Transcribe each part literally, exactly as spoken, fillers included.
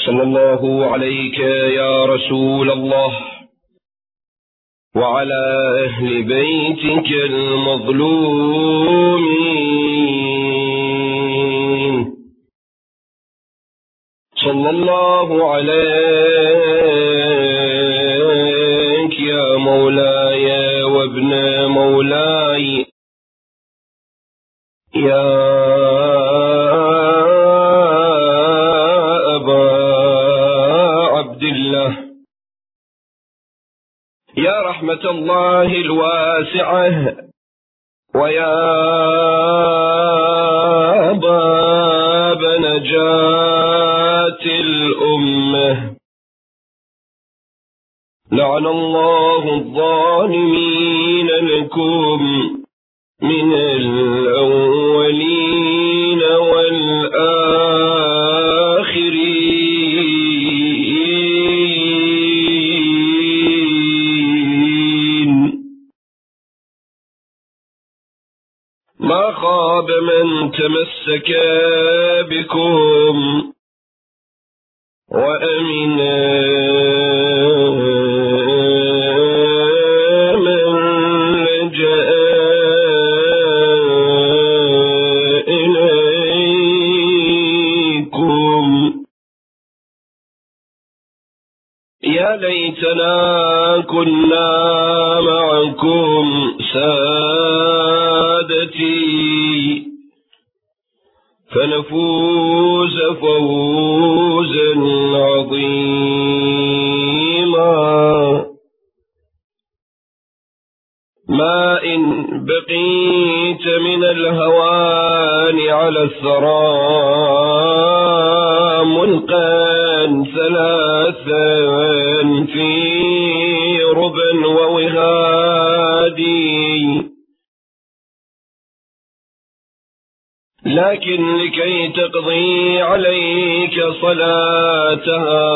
صلى الله عليك يا رسول الله وعلى أهل بيتك المظلومين. صلى الله عليك يا مولاي وابن مولاي يا أبا عبد الله، يا رحمة الله الواسعة ويا باب نجاة الأمة. لعن الله الظالمين لكم من الأولين والآخرين. ما خاب من تمسك بكم وأمن من لجأ إليكم. يا ليتنا كنا معكم سادتي فنفوز فوزا عظيما. ما إن بقيت من الهوان على الثرى ملقا ثلاثا في ربا ووهادي، لكن لكي تقضي عليك صلاتها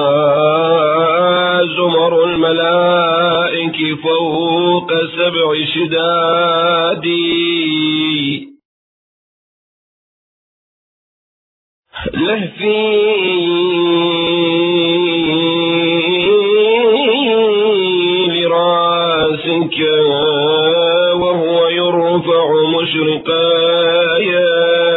زمر الملائك فوق سبع شداد. لهفي لراسك وهو يرفع مشرقايا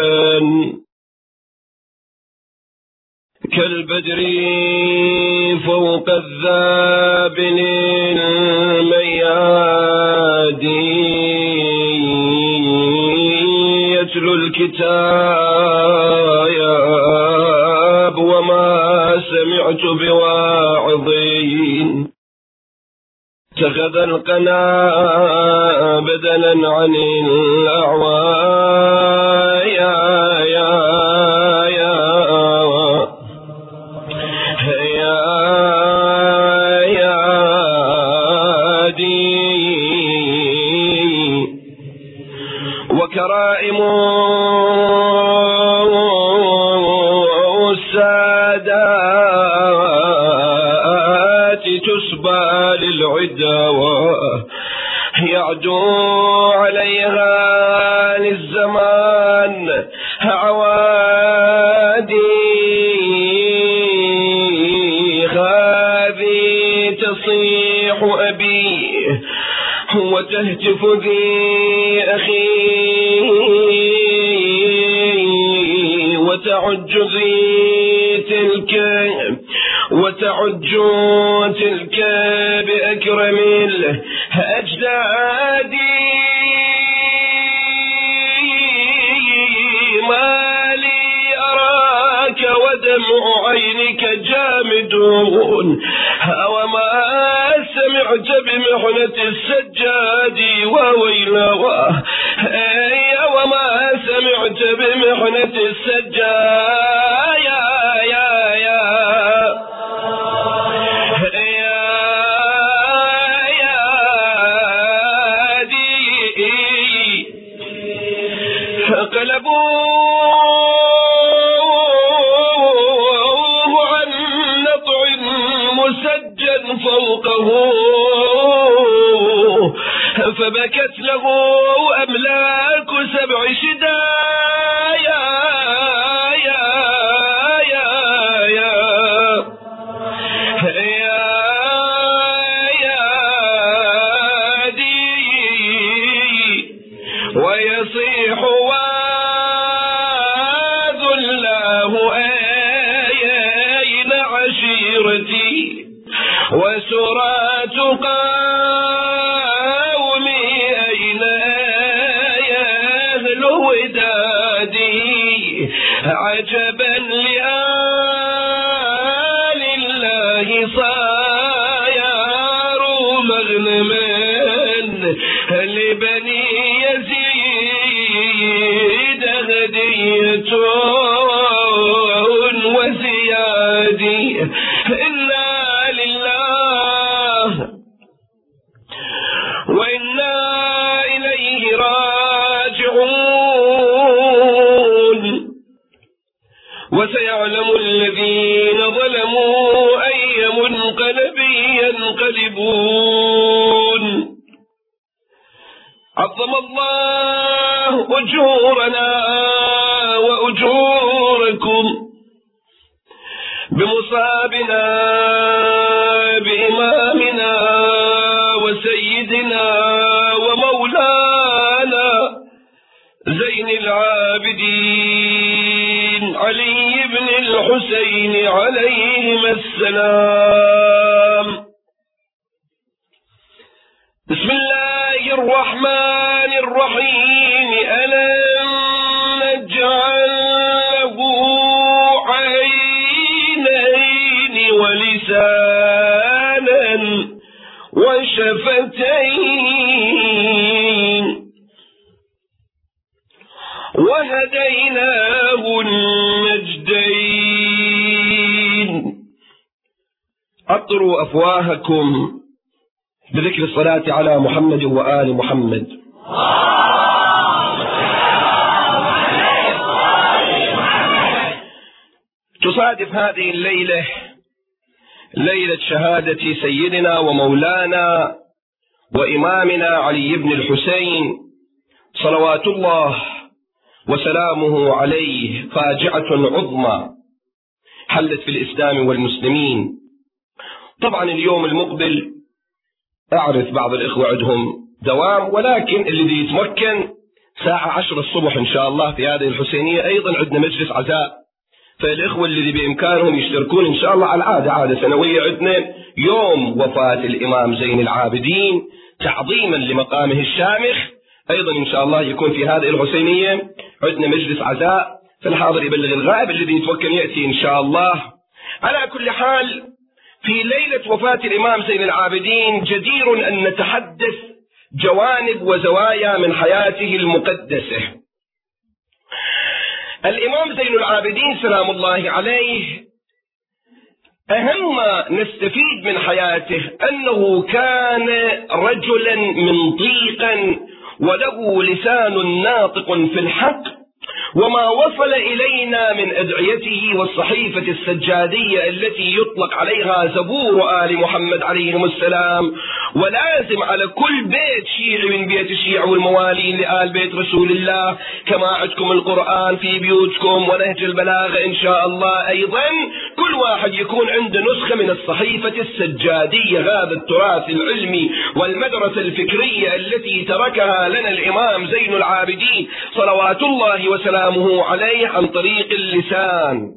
كالبدر فوق الذابل المياد، يتلو الكتاب وما سمعت بواعظين، اتخذ القنا بدلا عن الأعوى. يا يا يا يا يا دي وكرائم السادات تسبى للعدوى يعدو عليها للزمان عوادي. هذه تصيح أبي وتهتف ذي أخي وتعج ذي تلك وتعج تلك بأكرم الأجداد. ما لي أراك ودمع عينك جامدون، وما سمعت بمحنة السجاد وويلاه. وما سمعت بمحنة السجاد. يا يا يا قلبوه عن نطع مسجل فوقه فبكت له أملاك سبع شدايا. يا يا يا وسرات قومي أين يا أهل ودادي عجبا لآل الله صيار مغنما لبني يزيد هدية وزيادي إنا لله وإنا إليه راجعون وسيعلم الذين ظلموا أي منقلب ينقلبون عظم الله أجورنا وأجوركم بمصابنا بإمامنا وسيدنا ومولانا زين العابدين علي بن الحسين عليهما السلام. بسم الله الرحمن الرحيم. ألم نجعل له عينين ولسانا وشفتين وهديناه النجدين. أطروا أفواهكم بذكر الصلاة على محمد وآل محمد. تصادف هذه الليلة ليلة شهادة سيدنا ومولانا وإمامنا علي بن الحسين صلوات الله وسلامه عليه فاجعة عظمى حلت في الإسلام والمسلمين. طبعا اليوم المقبل أعرف بعض الإخوة عندهم دوام، ولكن اللي يتمكن ساعة عشر الصبح إن شاء الله في هذه الحسينية أيضا عندنا مجلس عزاء، فالإخوة اللي بإمكانهم يشتركون إن شاء الله على العادة عادة سنوية عندنا يوم وفاة الإمام زين العابدين تعظيما لمقامه الشامخ. أيضا إن شاء الله يكون في هذه الحسينية عندنا مجلس عزاء، فالحاضر يبلغ الغائب، الذي يتمكن يأتي إن شاء الله. على كل حال في ليلة وفاة الإمام زين العابدين جدير أن نتحدث جوانب وزوايا من حياته المقدسة. الإمام زين العابدين سلام الله عليه أهم ما نستفيد من حياته أنه كان رجلا منطيقا وله لسان ناطق في الحق، وما وصل إلينا من أدعيته والصحيفة السجادية التي يطلق عليها زبور آل محمد عليهم السلام، ولازم على كل بيت شيعي من بيت الشيعة والموالين لآل بيت رسول الله، كما عندكم القرآن في بيوتكم ونهج البلاغة إن شاء الله، أيضا كل واحد يكون عنده نسخة من الصحيفة السجادية، هذا التراث العلمي والمدرسة الفكرية التي تركها لنا الإمام زين العابدين صلوات الله وسلامه عليه عن طريق اللسان.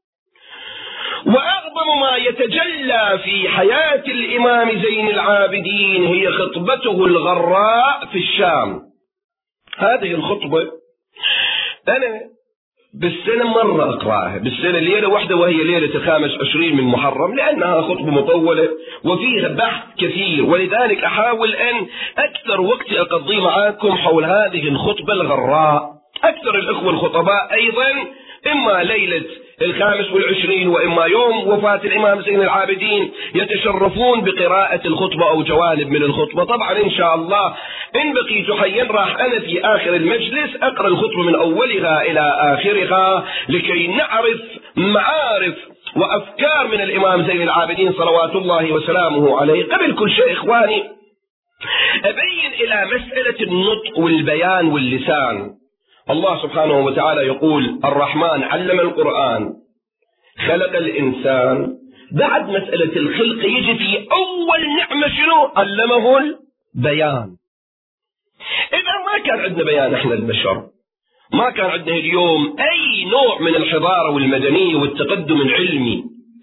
وأعظم ما يتجلى في حياة الإمام زين العابدين هي خطبته الغراء في الشام. هذه الخطبة أنا بالسنة مرة أقرأها، بالسنة ليلة واحدة، وهي ليلة الخامس عشرين من محرم، لأنها خطبة مطولة وفيها بحث كثير، ولذلك أحاول أن أكثر وقت أقضي معاكم حول هذه الخطبة الغراء. أكثر الإخوة الخطباء أيضا إما ليلة الخامس والعشرين وإما يوم وفاة الإمام زين العابدين يتشرفون بقراءة الخطبة أو جوانب من الخطبة. طبعا إن شاء الله إن بقيت حيا راح أنا في آخر المجلس أقرأ الخطبة من أولها إلى آخرها لكي نعرف معارف وأفكار من الإمام زين العابدين صلوات الله وسلامه عليه. قبل كل شيء إخواني أبين إلى مسألة النطق والبيان واللسان. الله سبحانه وتعالى يقول الرحمن علم القرآن خلق الإنسان، بعد مسألة الخلق يجي في أول نعمة شنو؟ علمه البيان. إذا ما كان عندنا بيان إحنا البشر، ما كان عندنا اليوم أي نوع من الحضارة والمدنية والتقدم العلمي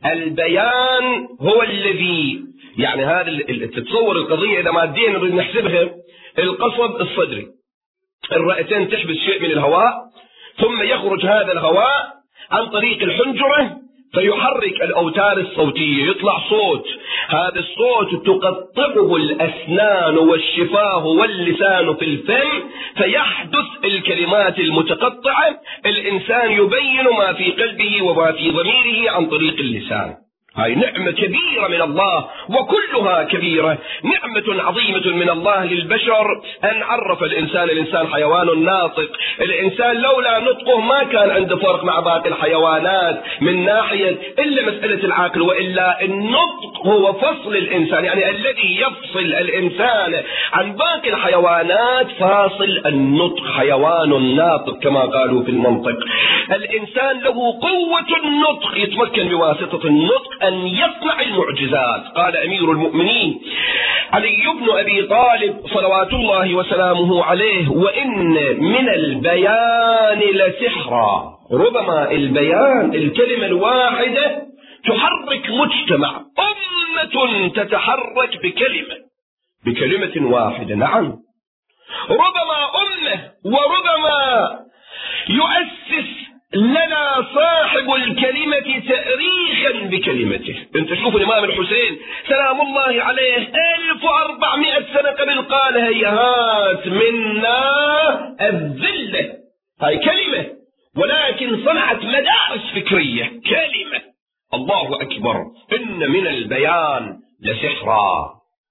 البيان هو الذي يعني هذا تتصور القضية إذا ماديا نريد نحسبها، القصب الصدري، الرئتين تحبس شيء من الهواء ثم يخرج هذا الهواء عن طريق الحنجرة فيحرك الأوتار الصوتية، يطلع صوت، هذا الصوت تقطعه الأسنان والشفاه واللسان في الفم فيحدث الكلمات المتقطعة، الإنسان يبين ما في قلبه وما في ضميره عن طريق اللسان. هاي نعمة كبيرة من الله وكلها كبيرة، نعمة عظيمة من الله للبشر أن عرف الإنسان الإنسان حيوان ناطق. الإنسان لولا نطقه ما كان عنده فرق مع باقي الحيوانات من ناحية إلا مسألة العقل، وإلا النطق هو فصل الإنسان، يعني الذي يفصل الإنسان عن باقي الحيوانات فاصل النطق، حيوان ناطق كما قالوا في المنطق. الإنسان له قوة النطق، يتمكن بواسطة النطق أن يصنع المعجزات. قال أمير المؤمنين علي بن أبي طالب صلوات الله وسلامه عليه: وإن من البيان لسحرا. ربما البيان الكلمة الواحدة تحرك مجتمع، أمة تتحرك بكلمة بكلمة واحدة. نعم، ربما أمة وربما يؤسس لنا صاحب الكلمة تأريخا بكلمته. انت شوف الإمام الحسين سلام الله عليه ألف وأربعمائة سنة قبل قال: هيهات منا الذلة. هاي كلمة، ولكن صنعت مدارس فكرية. كلمة، الله أكبر، إن من البيان لسحرا.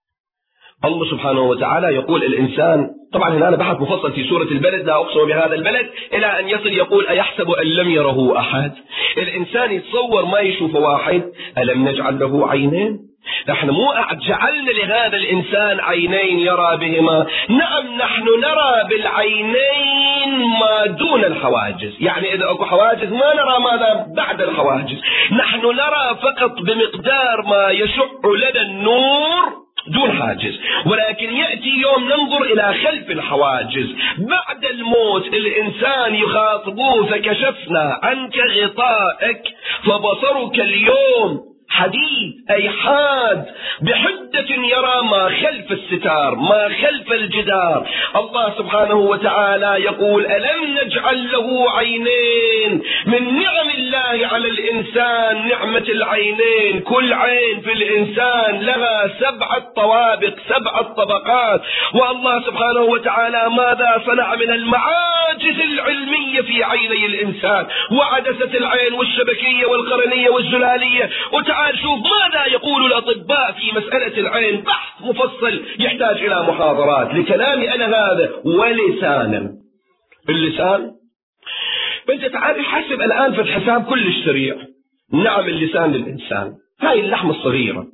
الله سبحانه وتعالى يقول الإنسان، طبعا هنا أنا بحث مفصل في سورة البلد، لا أقسم بهذا البلد، إلى أن يصل يقول: أيحسب أن لم يره أحد. الإنسان يتصور ما يشوف واحد. ألم نجعل له عينين؟ نحن مو جعلنا لهذا الإنسان عينين يرى بهما. نعم، نحن نرى بالعينين ما دون الحواجز، يعني إذا أكو حواجز ما نرى ماذا بعد الحواجز. نحن نرى فقط بمقدار ما يشع لنا النور دون حاجز، ولكن يأتي يوم ننظر إلى خلف الحواجز. بعد الموت الإنسان يخاطبوه: فكشفنا عنك غطاءك فبصرك اليوم حديد، أي حاد بحدة يرى ما خلف الستار، ما خلف الجدار. الله سبحانه وتعالى يقول: ألم نجعل له عينين؟ من نعم الله على الإنسان نعمة العينين. كل عين في الإنسان لها سبعة طوابق، سبعة طبقات. والله سبحانه وتعالى ماذا صنع من المعاجز العلمية في عيني الإنسان، وعدسة العين والشبكية والقرنية والزلالية. وتعالى شوف ماذا يقول الأطباء في مسألة العين، بحث مفصل يحتاج إلى محاضرات. لكلامي أنا هذا ولسانا، اللسان أنت تعال حسب الآن في الحساب كلش سريع. نعم، اللسان للإنسان هاي اللحمة الصغيرة.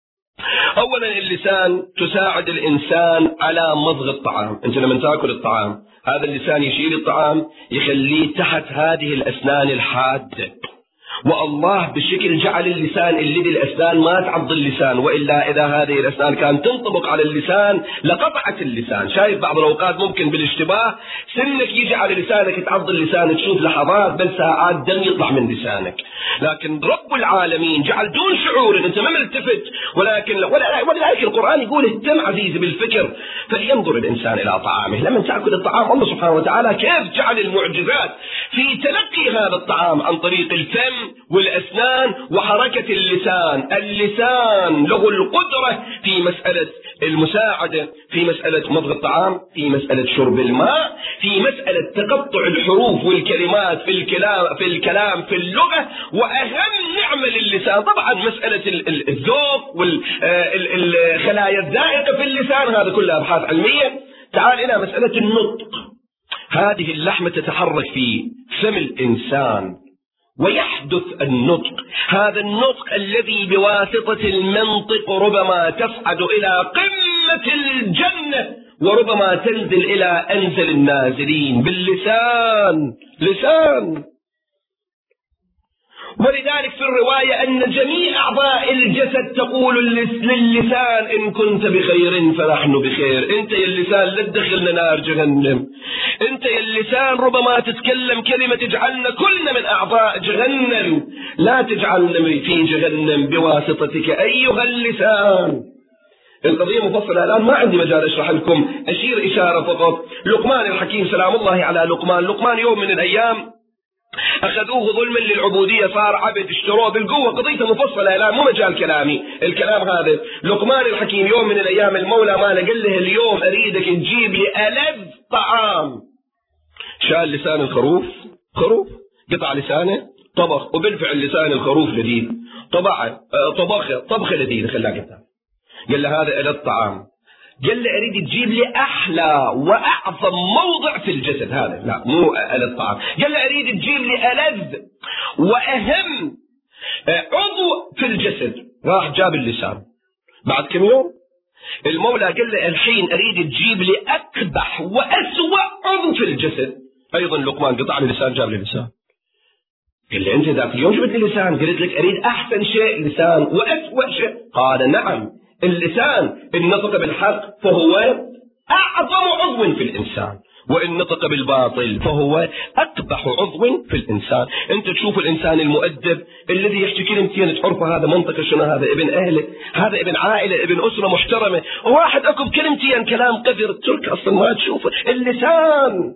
أولا اللسان تساعد الإنسان على مضغ الطعام. أنت لما تأكل الطعام هذا اللسان يشيل الطعام يخليه تحت هذه الأسنان الحادة، والله بشكل جعل اللسان اللي بالأسنان ما تعض اللسان، وإلا إذا هذه الأسنان كانت تنطبق على اللسان لقطعت اللسان. شايف بعض الأوقات ممكن بالاشتباه سنك يجي على لسانك تعض اللسان، تشوف لحظات بل ساعات دم يطلع من لسانك. لكن رب العالمين جعل دون شعور، أنت ما ملتفت، ولكن ولذلك القرآن يقول: اهتم عزيزي بالفكر فلينظر الإنسان إلى طعامه. لما تأكل الطعام الله سبحانه وتعالى كيف جعل المعجزات في تلقي هذا الطعام عن طريق الفم والأسنان وحركة اللسان. اللسان له القدرة في مسألة المساعدة، في مسألة مضغ الطعام، في مسألة شرب الماء، في مسألة تقطع الحروف والكلمات في الكلام في الكلام في اللغة. وأهم نعمة للسان طبعا مسألة الذوق والخلايا الزائدة في اللسان، هذا كلها أبحاث علمية. تعال إلى مسألة النطق. هذه اللحمة تتحرك في فم الإنسان ويحدث النطق. هذا النطق الذي بواسطة المنطق ربما تصعد إلى قمة الجنة وربما تنزل إلى أنزل النازلين باللسان. لسان. ولذلك في الرواية أن جميع أعضاء الجسد تقول للسان: إن كنت بخير فنحن بخير. أنت يا اللسان لا تدخلنا نار جهنم. أنت يا اللسان ربما تتكلم كلمة تجعلنا كلنا من أعضاء جهنم. لا تجعلني في جهنم بواسطتك أيها اللسان. القضية مفصلة الآن، ما عندي مجال أشرح لكم، أشير إشارة فقط. لقمان الحكيم سلام الله على لقمان. لقمان يوم من الأيام أخذوه ظلما للعبودية، صار عبد، اشتروه بالقوة. قضيته مفصلة الآن، مو مجال كلامي الكلام هذا. لقمان الحكيم يوم من الأيام المولى ماله قال له اليوم أريدك تجيب لي ألذ طعام. شال لسان الخروف، خروف قطع لسانه طبخ، وبالفعل لسان الخروف لذيذ، طبعه طبخه طبخه لذيذ خلاه قطع. قال له هذا ألذ طعام. قال له أريد تجيب لي أحلى وأعظم موضع في الجسد. هذا لا مو ألذ طعام. قال له أريد تجيب لي ألذ وأهم عضو في الجسد. راح جاب اللسان. بعد كم يوم المولى قال له الحين أريد تجيب لي أقبح وأسوأ عضو في الجسد. أيضا لقمان قطع لي لسان، جاب لي لسان. قال لي أنت ذاك اليوم جبت لي لسان، قلت لك أريد أحسن شيء لسان وأسوأ شيء. قال نعم، اللسان إن نطق بالحق فهو أعظم عضو في الإنسان، وإن نطق بالباطل فهو أقبح عضو في الإنسان. أنت تشوف الإنسان المؤدب الذي يحكي كلمتين تعرفه هذا منطقة شنو، هذا ابن أهله، هذا ابن عائلة، ابن أسرة محترمة. وواحد أكو بكلمتين كلام قذر ترك أصلا ما تشوفه. اللسان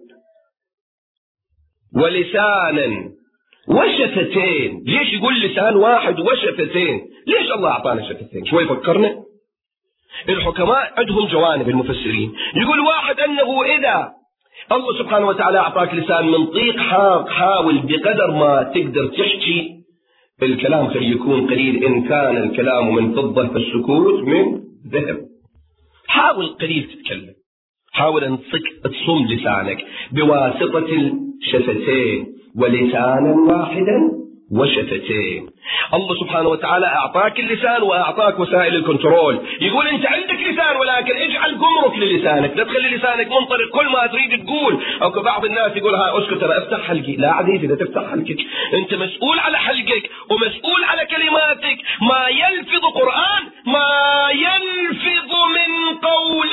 ولسانا وشفتين. ليش يقول لسان واحد وشفتين؟ ليش الله أعطانا شفتين؟ شوي فكرنا. الحكماء عندهم جوانب المفسرين، يقول واحد أنه إذا الله سبحانه وتعالى أعطاك لسان منطيق حاول بقدر ما تقدر تحكي الكلام خلي يكون قليل. إن كان الكلام من فضة فالسكوت من ذهب. حاول قليل تتكلم، حاول أن تصم لسانك بواسطة الشفتين، ولسانا واحدا وشفتين. الله سبحانه وتعالى أعطاك اللسان وأعطاك وسائل الكنترول. يقول أنت عندك لسان ولكن اجعل جمرك للسانك، لا تخلي لسانك منطلق كل ما تريد تقول. أو كبعض الناس يقول ها أسكت أنا أفتح حلقي. لا عزيزي لا تفتح حلقك، أنت مسؤول على حلقك ومسؤول على كلماتك. ما يلفظ قرآن، ما يلفظ من قول.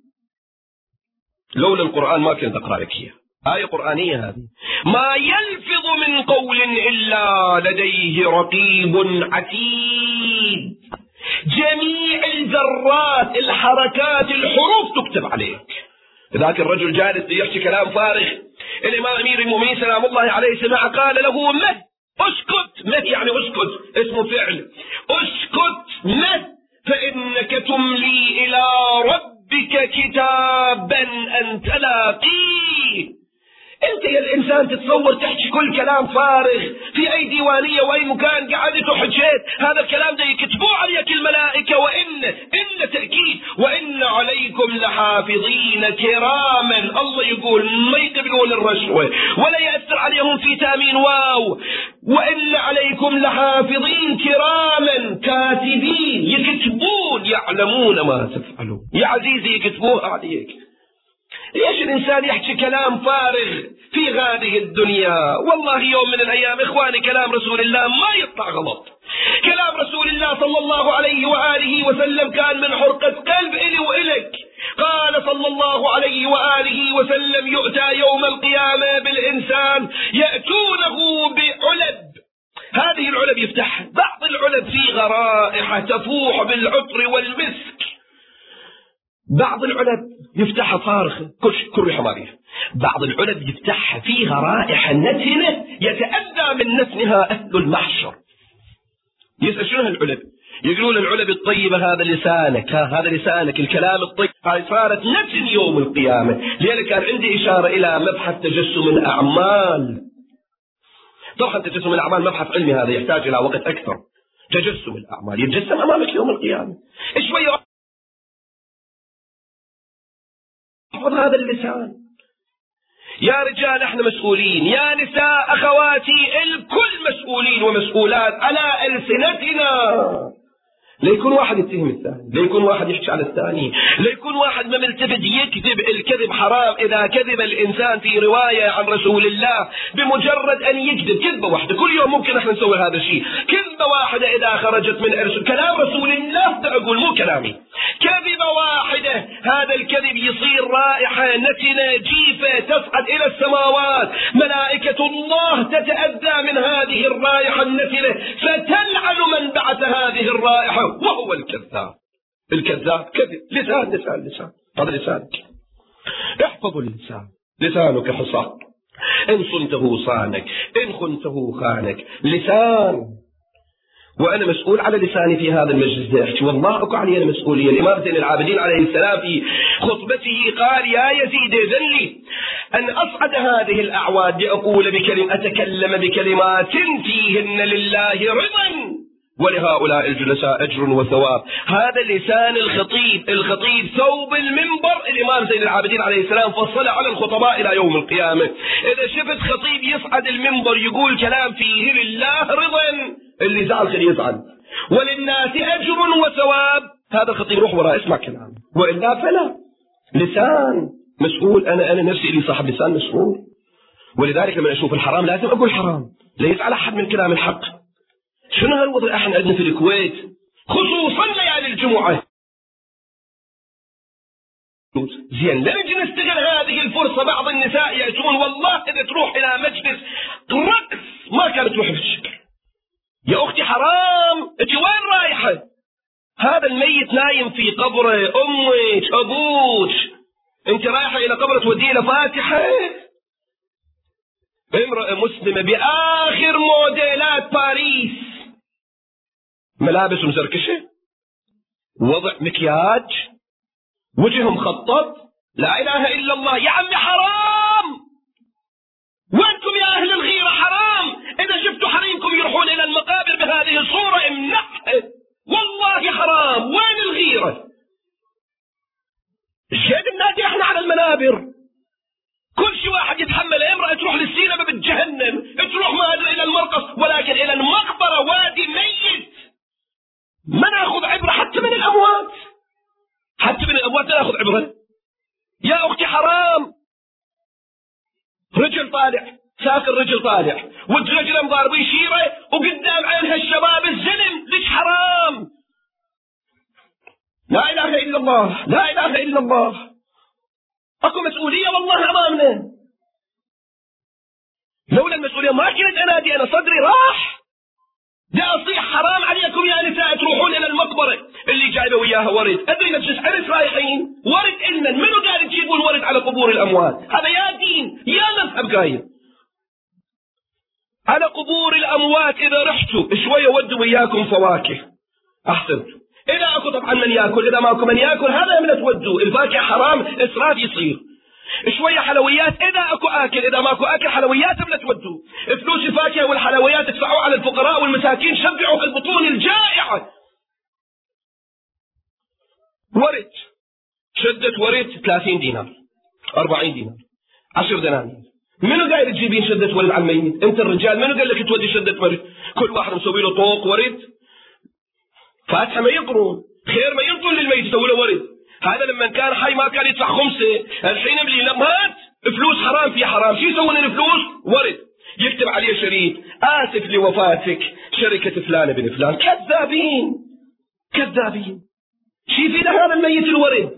لولا القرآن ما كنت أقرأ لك إياه، آية قرآنية هذه. ما يلفظ من قول إلا لديه رقيب عتيد. جميع الذرات، الحركات، الحروف تكتب عليك. ذاك الرجل جالس يحكي كلام فارغ، الإمام أمير المؤمنين سلام الله عليه سمع قال له مت، اسكت. مت يعني اسكت، اسمه فعل. اسكت مت، فإنك تملي إلى ربك كتابا أن تلاقيه. انت يا الانسان تتصور تحكي كل كلام فارغ في اي ديوانية واي مكان قعدت وحكيت، هذا الكلام ده يكتبوه عليك الملائكة. وان ان تأكيد وان عليكم لحافظين كراما. الله يقول ما يقبلون الرشوة ولا يأثر عليهم في تامين واو. وان عليكم لحافظين كراما كاتبين يكتبون يعلمون ما تفعلون. يا عزيزي يكتبوه عليك. ليش الإنسان يحكي كلام فارغ في هذه الدنيا؟ والله يوم من الأيام إخواني كلام رسول الله ما يطلع غلط. كلام رسول الله صلى الله عليه وآله وسلم كان من حرقة قلب إلي وإلك. قال صلى الله عليه وآله وسلم يؤتى يوم القيامة بالإنسان يأتونه بعلب. هذه العلب يفتح بعض العلب فيها رائحة تفوح بالعطر والمسك، بعض العلب يفتحها فارغة كل ريحة ما فيها، بعض العلب يفتحها فيها رائحة نتنة يتأذى من نتنها أهل المحشر. يسأل شنو هالعلب؟ يقولون العلب الطيبة هذا لسانك، هذا لسانك الكلام الطيب. هاي صارت نتن يوم القيامة. لذلك كان عندي إشارة إلى مبحث تجسم الأعمال. طبعا تجسم الأعمال مبحث علمي، هذا يحتاج إلى وقت أكثر. تجسم الأعمال يتجسم أمامك يوم القيامة. شوية احفظ هذا اللسان. يا رجال احنا مسؤولين، يا نساء اخواتي الكل مسؤولين ومسؤولات على ألسنتنا. ليكون واحد يتهم الثاني، ليكون واحد يحكي على الثاني، ليكون واحد ما ملتفت يكذب. الكذب حرام. إذا كذب الإنسان في رواية عن رسول الله بمجرد أن يكذب كذبة واحدة كل يوم، ممكن احنا نسوي هذا الشيء. كذبة واحدة إذا خرجت من أرسل كلام رسول الله، أقول مو كلامي، كذبة واحدة، هذا الكذب يصير رائحة نتنة جيفة تصعد إلى السماوات، ملائكة الله تتأذى من هذه الرائحة النتنة فتلعن من بعث هذه الرائحة، وهو الكذاب. الكذاب كذب، لسان لسان لسان، هذا لسانك، احفظوا اللسان، لسانك حصان، إن صنته صانك، إن خنته خانك. لسان، وأنا مسؤول على لساني في هذا المجلس ده أحكي، والله أكو علي المسؤولية. الإمام زين العابدين عليه السلام في خطبته قال: يا يزيد إذن لي أن أصعد هذه الأعواد لأقول بكلمة أتكلم بكلمات فيهن لله رضا ولهؤلاء الجلساء أجر وثواب. هذا لسان الخطيب. الخطيب ثوب المنبر. الإمام زين العابدين عليه السلام فصل على الخطباء إلى يوم القيامة. إذا شفت خطيب يصعد المنبر يقول كلام فيه لله رضا، اللي زعل خليه يزعل، وللناس أجر وثواب، هذا الخطيب روح وراء اسمع كلام، وإلا فلا. لسان مسؤول. أنا أنا نفسي اللي صاحب لسان مسؤول، ولذلك لما أشوف الحرام لازم أقول حرام، لا يزعل أحد من كلام الحق. شنو هالوضع احنا عندنا في الكويت خصوصا ليالي الجمعة؟ زين، لا نجي نستغل هذه الفرصة. بعض النساء يأتون والله إذا تروح إلى مجلس رقص ما كانت تروح في الشكل. يا أختي حرام، أنت وين رايحة؟ هذا الميت نايم في قبره، أمك أبوك، أنت رايحة إلى قبره توديه إلى فاتحة؟ امرأة مسلمة بآخر موديلات باريس، ملابس مزركشة، وضع مكياج، وجه مخطط، لا إله إلا الله. يا عمي حرام، وأنتم يا أهل الغيرة حرام. إذا شفتوا حريمكم يروحون إلى المقابر بهذه الصورة امنعها، والله حرام. وين الغيرة؟ الشيء بنادي احنا على المنابر، كل شيء واحد يتحمل. امرأة تروح للسينما بالجهنم، تروح ما أدري إلى المرقص، ولكن إلى المقبرة وادي ميت ما ناخذ عبرة حتى من الأموات، حتى من الأموات ناخذ عبرة. يا أختي حرام. رجل طالع سافر، رجل طالع والرجل مضاربين شيرة وقدام عينها الشباب الزلم، ليش حرام؟ لا إله إلا الله، لا إله إلا الله. أكو مسؤولية والله أمامنا. لولا المسؤولية ما كنت أنادي، أنا صدري راح. ده أصيح حرام عليكم يا نساء تروحون إلى المقبرة. اللي جايبه وياها ورد، أدري مجلس عرس رايحين، ورد إلنا، منو قال تجيبوا الورد على قبور الأموات؟ هذا يا دين يا مذهب قايل. على قبور الأموات إذا رحتوا شوية ودوا وياكم فواكه، أحسنتوا. إذا أكو طبعا من يأكل، إذا ما أكو من يأكل هذا من تودوا. الفاكهة حرام، إسراف يصير. شوية حلويات إذا أكو آكل، إذا ما أكو آكل حلويات من تودوا. فلوس الفاكهة والحلويات ادفعوا على الفقراء والمساكين، شبعوا البطون الجائعة. ورد، شدة ورد ثلاثين دينار، أربعين دينار، عشر دنانير. منو قايل تجيبين شدة ورد على الميت؟ أنت الرجال منو قال لك تودي شدة ورد؟ كل واحد مسوي له طوق ورد، فاتحة ما يقرون، خير ما ينطل للميت يسوي له ورد. هذا لما كان حي ما كان يدفع خمسة، الحين اللي مات فلوس حرام في حرام، شو يسوون الفلوس؟ ورد، يكتب عليه شريط آسف لوفاتك شركة فلان بن فلان. كذابين كذابين. شي في هذا الميت الورد؟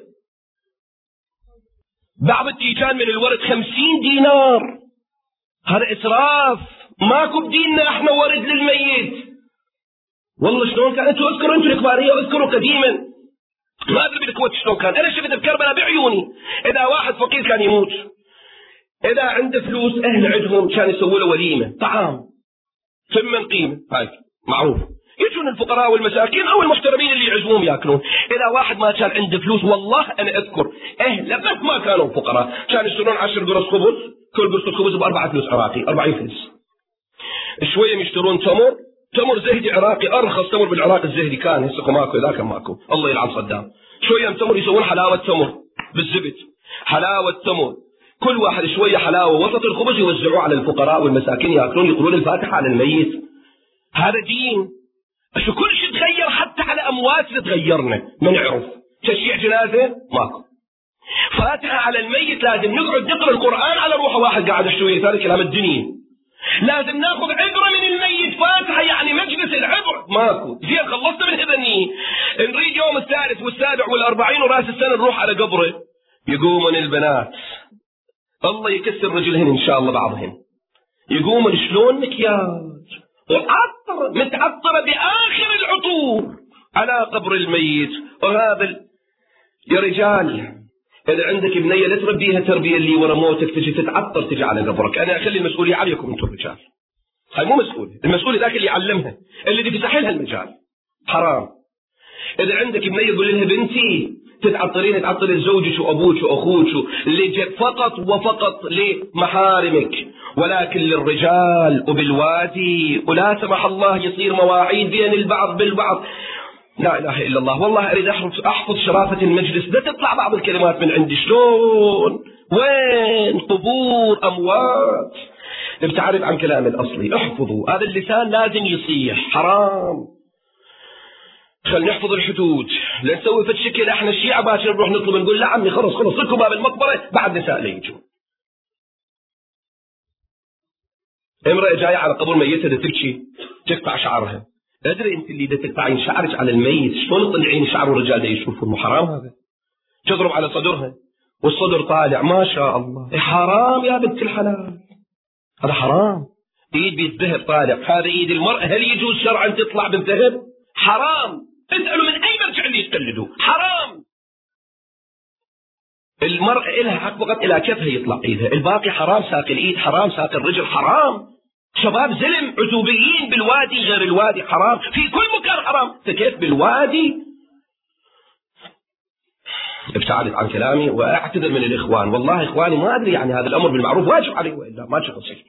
بعض التيجان من الورد خمسين دينار، هذا إسراف. ماكو بديننا احنا ورد للميت. والله شلون كان، انتوا اذكروا، انتوا الكبارية اذكروا قديما، ما ادري بالكويت شلون كان، انا شفت بكربلاء بعيوني. اذا واحد فقير كان يموت، اذا عنده فلوس اهل عندهم كان يسووا له وليمه طعام ثمن قيمه، هاي معروف. يجون الفقراء والمساكين او المحترمين اللي يعزمون ياكلون. اذا واحد ما كان عنده فلوس، والله انا اذكر اهله بس ما كانوا فقراء، كانوا يشترون عشر قرص خبز، كل قرص خبز باربعه فلوس عراقي، أربعين فلس. شويه يشترون تمر، تمر زهدي عراقي، ارخص تمر بالعراق الزهدي كان، هسه ماكو، ذاك ماكو، الله يلعن صدام. شويه تمر يسوون حلاوه تمر بالزبد، حلاوه تمر، كل واحد شويه حلاوه وسط الخبز يوزعوه على الفقراء والمساكين ياكلون، يقولون الفاتحه على الميت. هذا دين. شو كل شيء تغير، حتى على امواتنا تغيرنا، ما نعرف. تشييع جنازه ماكو، فاتحه على الميت لازم نقعد نقرا القران على روحه، واحد قاعد شويه ثاني كلام الدنيا. لازم ناخذ عبرة من الميت. فاتحة يعني مجلس العبر ماكو. زين خلصت من هذني، نريد يوم الثالث والسابع والأربعين وراس السنة نروح على قبره. يقومن البنات الله يكسر رجلهن إن شاء الله بعضهن، يقومن شلون مكياج وعطر متعطرة بآخر العطور على قبر الميت. وهذا يا رجال إذا عندك بنية لا تربيها تربية اللي ورا موتك تجي تتعطر تجي على قبرك. أنا أخلي المسؤولية عليكم أنتم الرجال، هاي مو مسؤولية، المسؤولية ذاك اللي يعلمها اللي بيفتح لها المجال. حرام. إذا عندك بنية قول لها بنتي تتعطرين تعطري زوجك وأبوك وأخوك فقط وفقط لمحارمك، ولكن للرجال وبالوادي، ولا سمح الله يصير مواعيد بين البعض بالبعض. لا إله إلا الله. والله أريد أحفظ شرافة المجلس، لا تطلع بعض الكلمات من عندي. شلون؟ وين؟ قبور أموات. ابتعرف عن كلام الأصلي. احفظوا هذا اللسان لازم يصيح. حرام. خل نحفظ الحدود. لا نسوي في الشكل احنا الشيعة باكر نروح نطلب نقول لا عمي خلص خلص لكم باب المقبرة بعد نساء لا يجوا. امرأة جاية على قبر ميتها تبكي تقطع شعرها. ادري انت اللي تقطعين شعرك على الميت شلون تطلعين شعر الرجال ده يشوفوا؟ انه حرام هذا. تضرب على صدرها والصدر طالع ما شاء الله. حرام يا بنت الحلال، هذا حرام. ايد بالذهب طالع، هذا ايد المرأة. هل يجوز شرعا تطلع بالذهب؟ حرام. اسألوا من اي مرجع اللي يقلدوا. حرام. المرأة إلها حق فقط إلى كفها يطلع ايدها، الباقي حرام. ساق الايد حرام، ساق الرجل حرام. شباب زلم عزوبيين بالوادي غير الوادي حرام، في كل مكان حرام، فكيف بالوادي؟ ابتعدت عن كلامي واعتذر من الاخوان. والله اخواني ما ادري يعني هذا الامر بالمعروف واجب عليه والا ما شغل شيء.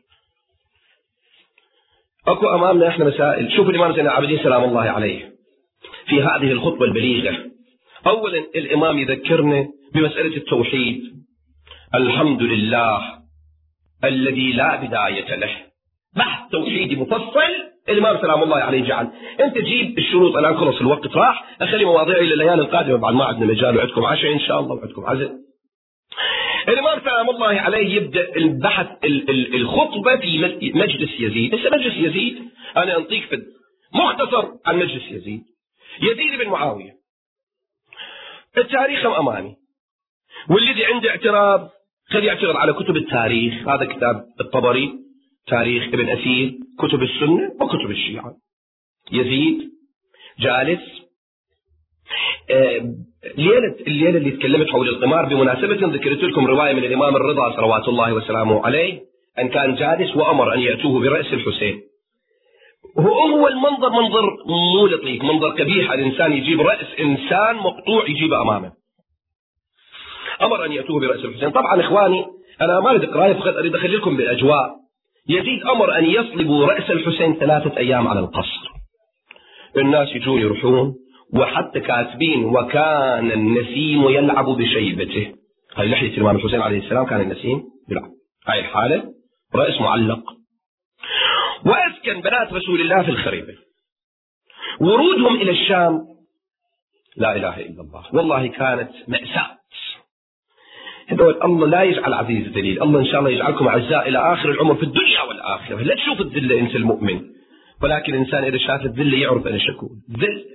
اكو امامنا احنا مسائل. شوف الامام زين العابدين سلام الله عليه في هذه الخطبه البليغه. اولا الامام يذكرنا بمساله التوحيد. الحمد لله الذي لا بدايه له. بحث توحيدي مفصل الامام سلام الله عليه جعل. انت جيب الشروط. الان خلص الوقت راح، اخلي مواضيعي الى الليالي القادمه بعد ما عندنا مجال وعندكم عشاء ان شاء الله وعندكم عزاء. الامام سلام الله عليه يبدا البحث الخطبه في مجلس يزيد. هسه مجلس يزيد انا انطيك في مختصر عن مجلس يزيد. يزيد بن معاويه التاريخ امامي، والذي عنده اعتراض خلي يعترض على كتب التاريخ. هذا كتاب الطبري، تاريخ ابن أثير، كتب السنة وكتب الشيعة. يزيد جالس آه ليلة الليلة اللي تكلمت حول القمار بمناسبة ذكرت لكم رواية من الإمام الرضا صلوات الله وسلامه عليه أن كان جالس وأمر أن يأتوه برأس الحسين. وهو المنظر منظر مو لطيف، منظر قبيح. الإنسان يجيب رأس إنسان مقطوع يجيبه أمامه. أمر أن يأتوه برأس الحسين. طبعا إخواني أنا ما أريد قراية فقط أريد أخلي لكم بالأجواء. يزيد أمر أن يصلبوا رأس الحسين ثلاثة أيام على القصر. الناس يجون يروحون وحتى كاتبين وكان النسيم يلعب بشيبته. هاي لحية الإمام الحسين عليه السلام كان النسيم يلعب. هاي الحالة رأس معلق. وأسكن بنات رسول الله في الخريبة. ورودهم إلى الشام لا إله إلا الله والله كانت مأساة. هذول الله لا يجعل عزيز ذليل. الله إن شاء الله يجعلكم أعزاء إلى آخر العمر في الدنيا والآخرة. لا تشوف الذلة أنت المؤمن، ولكن الإنسان إذا شاف الذلة يعرف أن شكون ذل.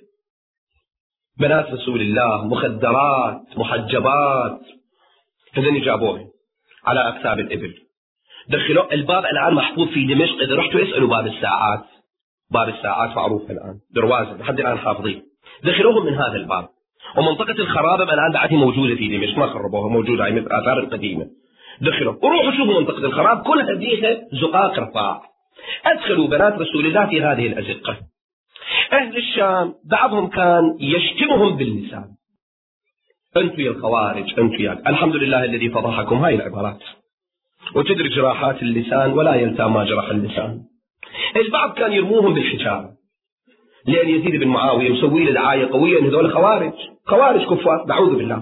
بنات رسول الله مخدرات محجبات هذين جابوهم على أكتاف الإبل. دخلوا الباب الآن محفوظ في دمشق. إذا رحتوا اسألوا باب الساعات، باب الساعات معروف الآن دروازة لحد الآن حافظين. دخلوهم من هذا الباب. ومنطقة الخرابة الآن بعدها موجودة في دمشق، ما خربوها، موجودة هي مثل الآثار القديمة. دخلوا وروحوا شوفوا منطقة الخراب كلها فيها زقاق رفاع. أدخلوا بنات رسول الله في هذه الأزقة. أهل الشام بعضهم كان يشتمهم باللسان. أنتم يا الخوارج، أنتم يا الحمد لله الذي فضحكم. هاي العبارات. وتدري جراحات اللسان ولا يلتام ما جرح اللسان. البعض كان يرموهم بالحجارة لأن يزيد بن معاوية مسوي له دعاية قوية أن هذول خوارج خوارج كفار نعوذ بالله.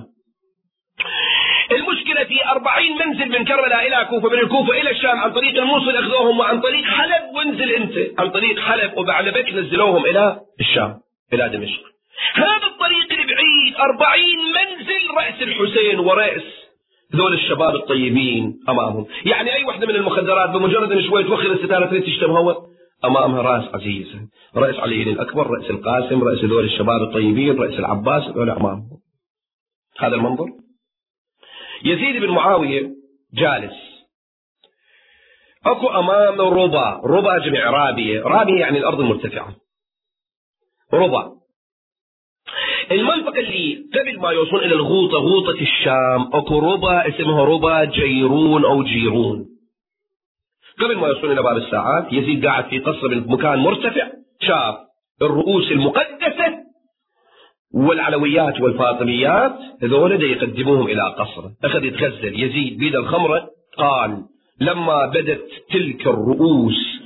المشكلة في أربعين منزل من كربلاء إلى كوفة، من الكوفة إلى الشام عن طريق الموصل أخذوهم، وعن طريق حلب وانزل أنت عن طريق حلب وبعلبك نزلوهم إلى الشام إلى دمشق. هذا الطريق البعيد أربعين منزل رأس الحسين ورأس ذول الشباب الطيبين أمامهم. يعني أي وحدة من المخدرات بمجرد أن شوي توخر الستارة تريد تشتم هو أمامها رأس عزيزة، رأس علي الأكبر، رأس القاسم، رأس ذول الشباب الطيبين، رأس العباس، ذول أمامهم. هذا المنظر. يزيد بن معاوية جالس، أكو أمام ربا، ربا جمع رابية، رابية يعني الأرض المرتفعة، ربا. المنطقة اللي قبل ما يوصل إلى الغوطة، غوطة الشام، أكو ربا اسمها ربا جيرون أو جيرون. قبل ما يوصل إلى باب الساعات يزيد قاعد في قصر بمكان مرتفع، شاف الرؤوس المقدسة والعلويات والفاطميات هذول دا يقدموهم إلى قصره. أخذ يتغزل يزيد بيد الخمرة، قال لما بدت تلك الرؤوس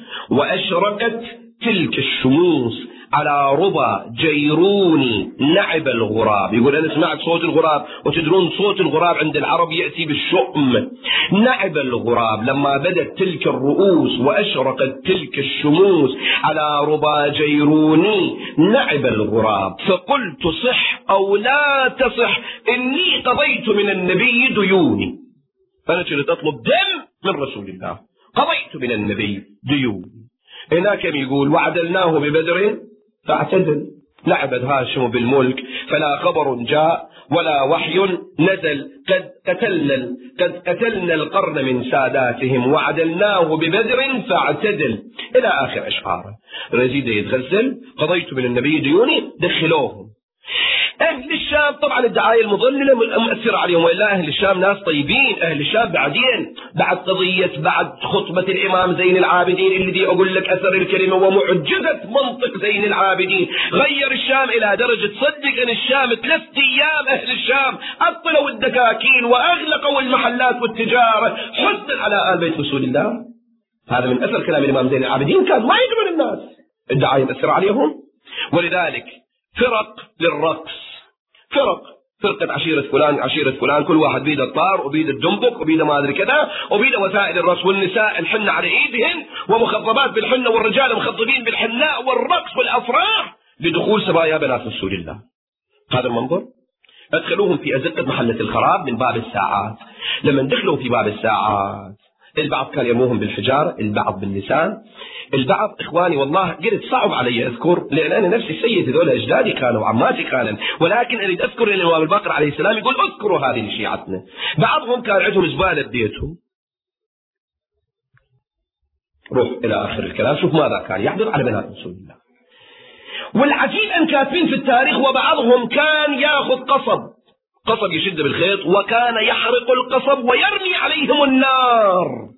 وأشرقت تلك الشموس على ربا جيروني نعب الغراب. يقول أنا سمعت صوت الغراب، وتدرون صوت الغراب عند العرب يأتي بالشؤم. نعب الغراب لما بدت تلك الرؤوس وأشرقت تلك الشموس على ربا جيروني نعب الغراب، فقلت صح أو لا تصح إني قضيت من النبي ديوني. أنا كنت أطلب دم من رسول الله، قضيت من النبي ديوني. هناك يقول وعدلناه ببدر فاعتدل، لعبت هاشم بالملك فلا خبر جاء ولا وحي نزل، قد قتلنا قد قتلنا القرن من ساداتهم وعدلناه ببدر فاعتدل، إلى آخر أشعاره. يزيد يتغزل قضيت من النبي ديوني، دخلوهم. أهل الشام طبعا الدعاية المضللة مؤثرة عليهم، وإلا أهل الشام ناس طيبين. أهل الشام بعدين بعد قضية بعد خطبة الإمام زين العابدين اللي دي أقول لك أثر الكلمة ومعجزة منطق زين العابدين غير الشام إلى درجة صدق أن الشام ثلاث أيام أهل الشام عطلوا الدكاكين وأغلقوا المحلات والتجارة حزنا على آل بيت رسول الله. هذا من أثر كلام الإمام زين العابدين، كان ما يدرون الناس، الدعاية مؤثرة عليهم. ولذلك فرق للرقص، فرق فرقة عشيرة فلان عشيرة فلان، كل واحد بيده الطار وبيده الدنبك وبيده ما أدري كذا وبيده وسائل الرقص، والنساء الحنة على إيدهن ومخضبات بالحنة، والرجال مخضبين بالحناء والرقص والأفراح لدخول سرايا بنات رسول الله. هذا المنظر. أدخلوهم في أزقة محلة الخراب من باب الساعات. لما دخلوا في باب الساعات البعض كان يرموهم بالحجارة، البعض باللسان، البعض إخواني والله قلت صعب علي أذكر، لأن أنا نفسي سيد هذول أجدادي كانوا وعماتي كانوا، ولكن أريد أذكر أن الإمام الباقر عليه السلام يقول اذكروا هذه شيعتنا. بعضهم كان عندهم زبالة ببيتهم. روح إلى آخر الكلام، شوف ماذا كان يحدث على بنات رسول الله. والعجيب أن كاتبين في التاريخ وبعضهم كان يأخذ قصب، قصب يشد بالخيط، وكان يحرق القصب ويرمي عليهم النار.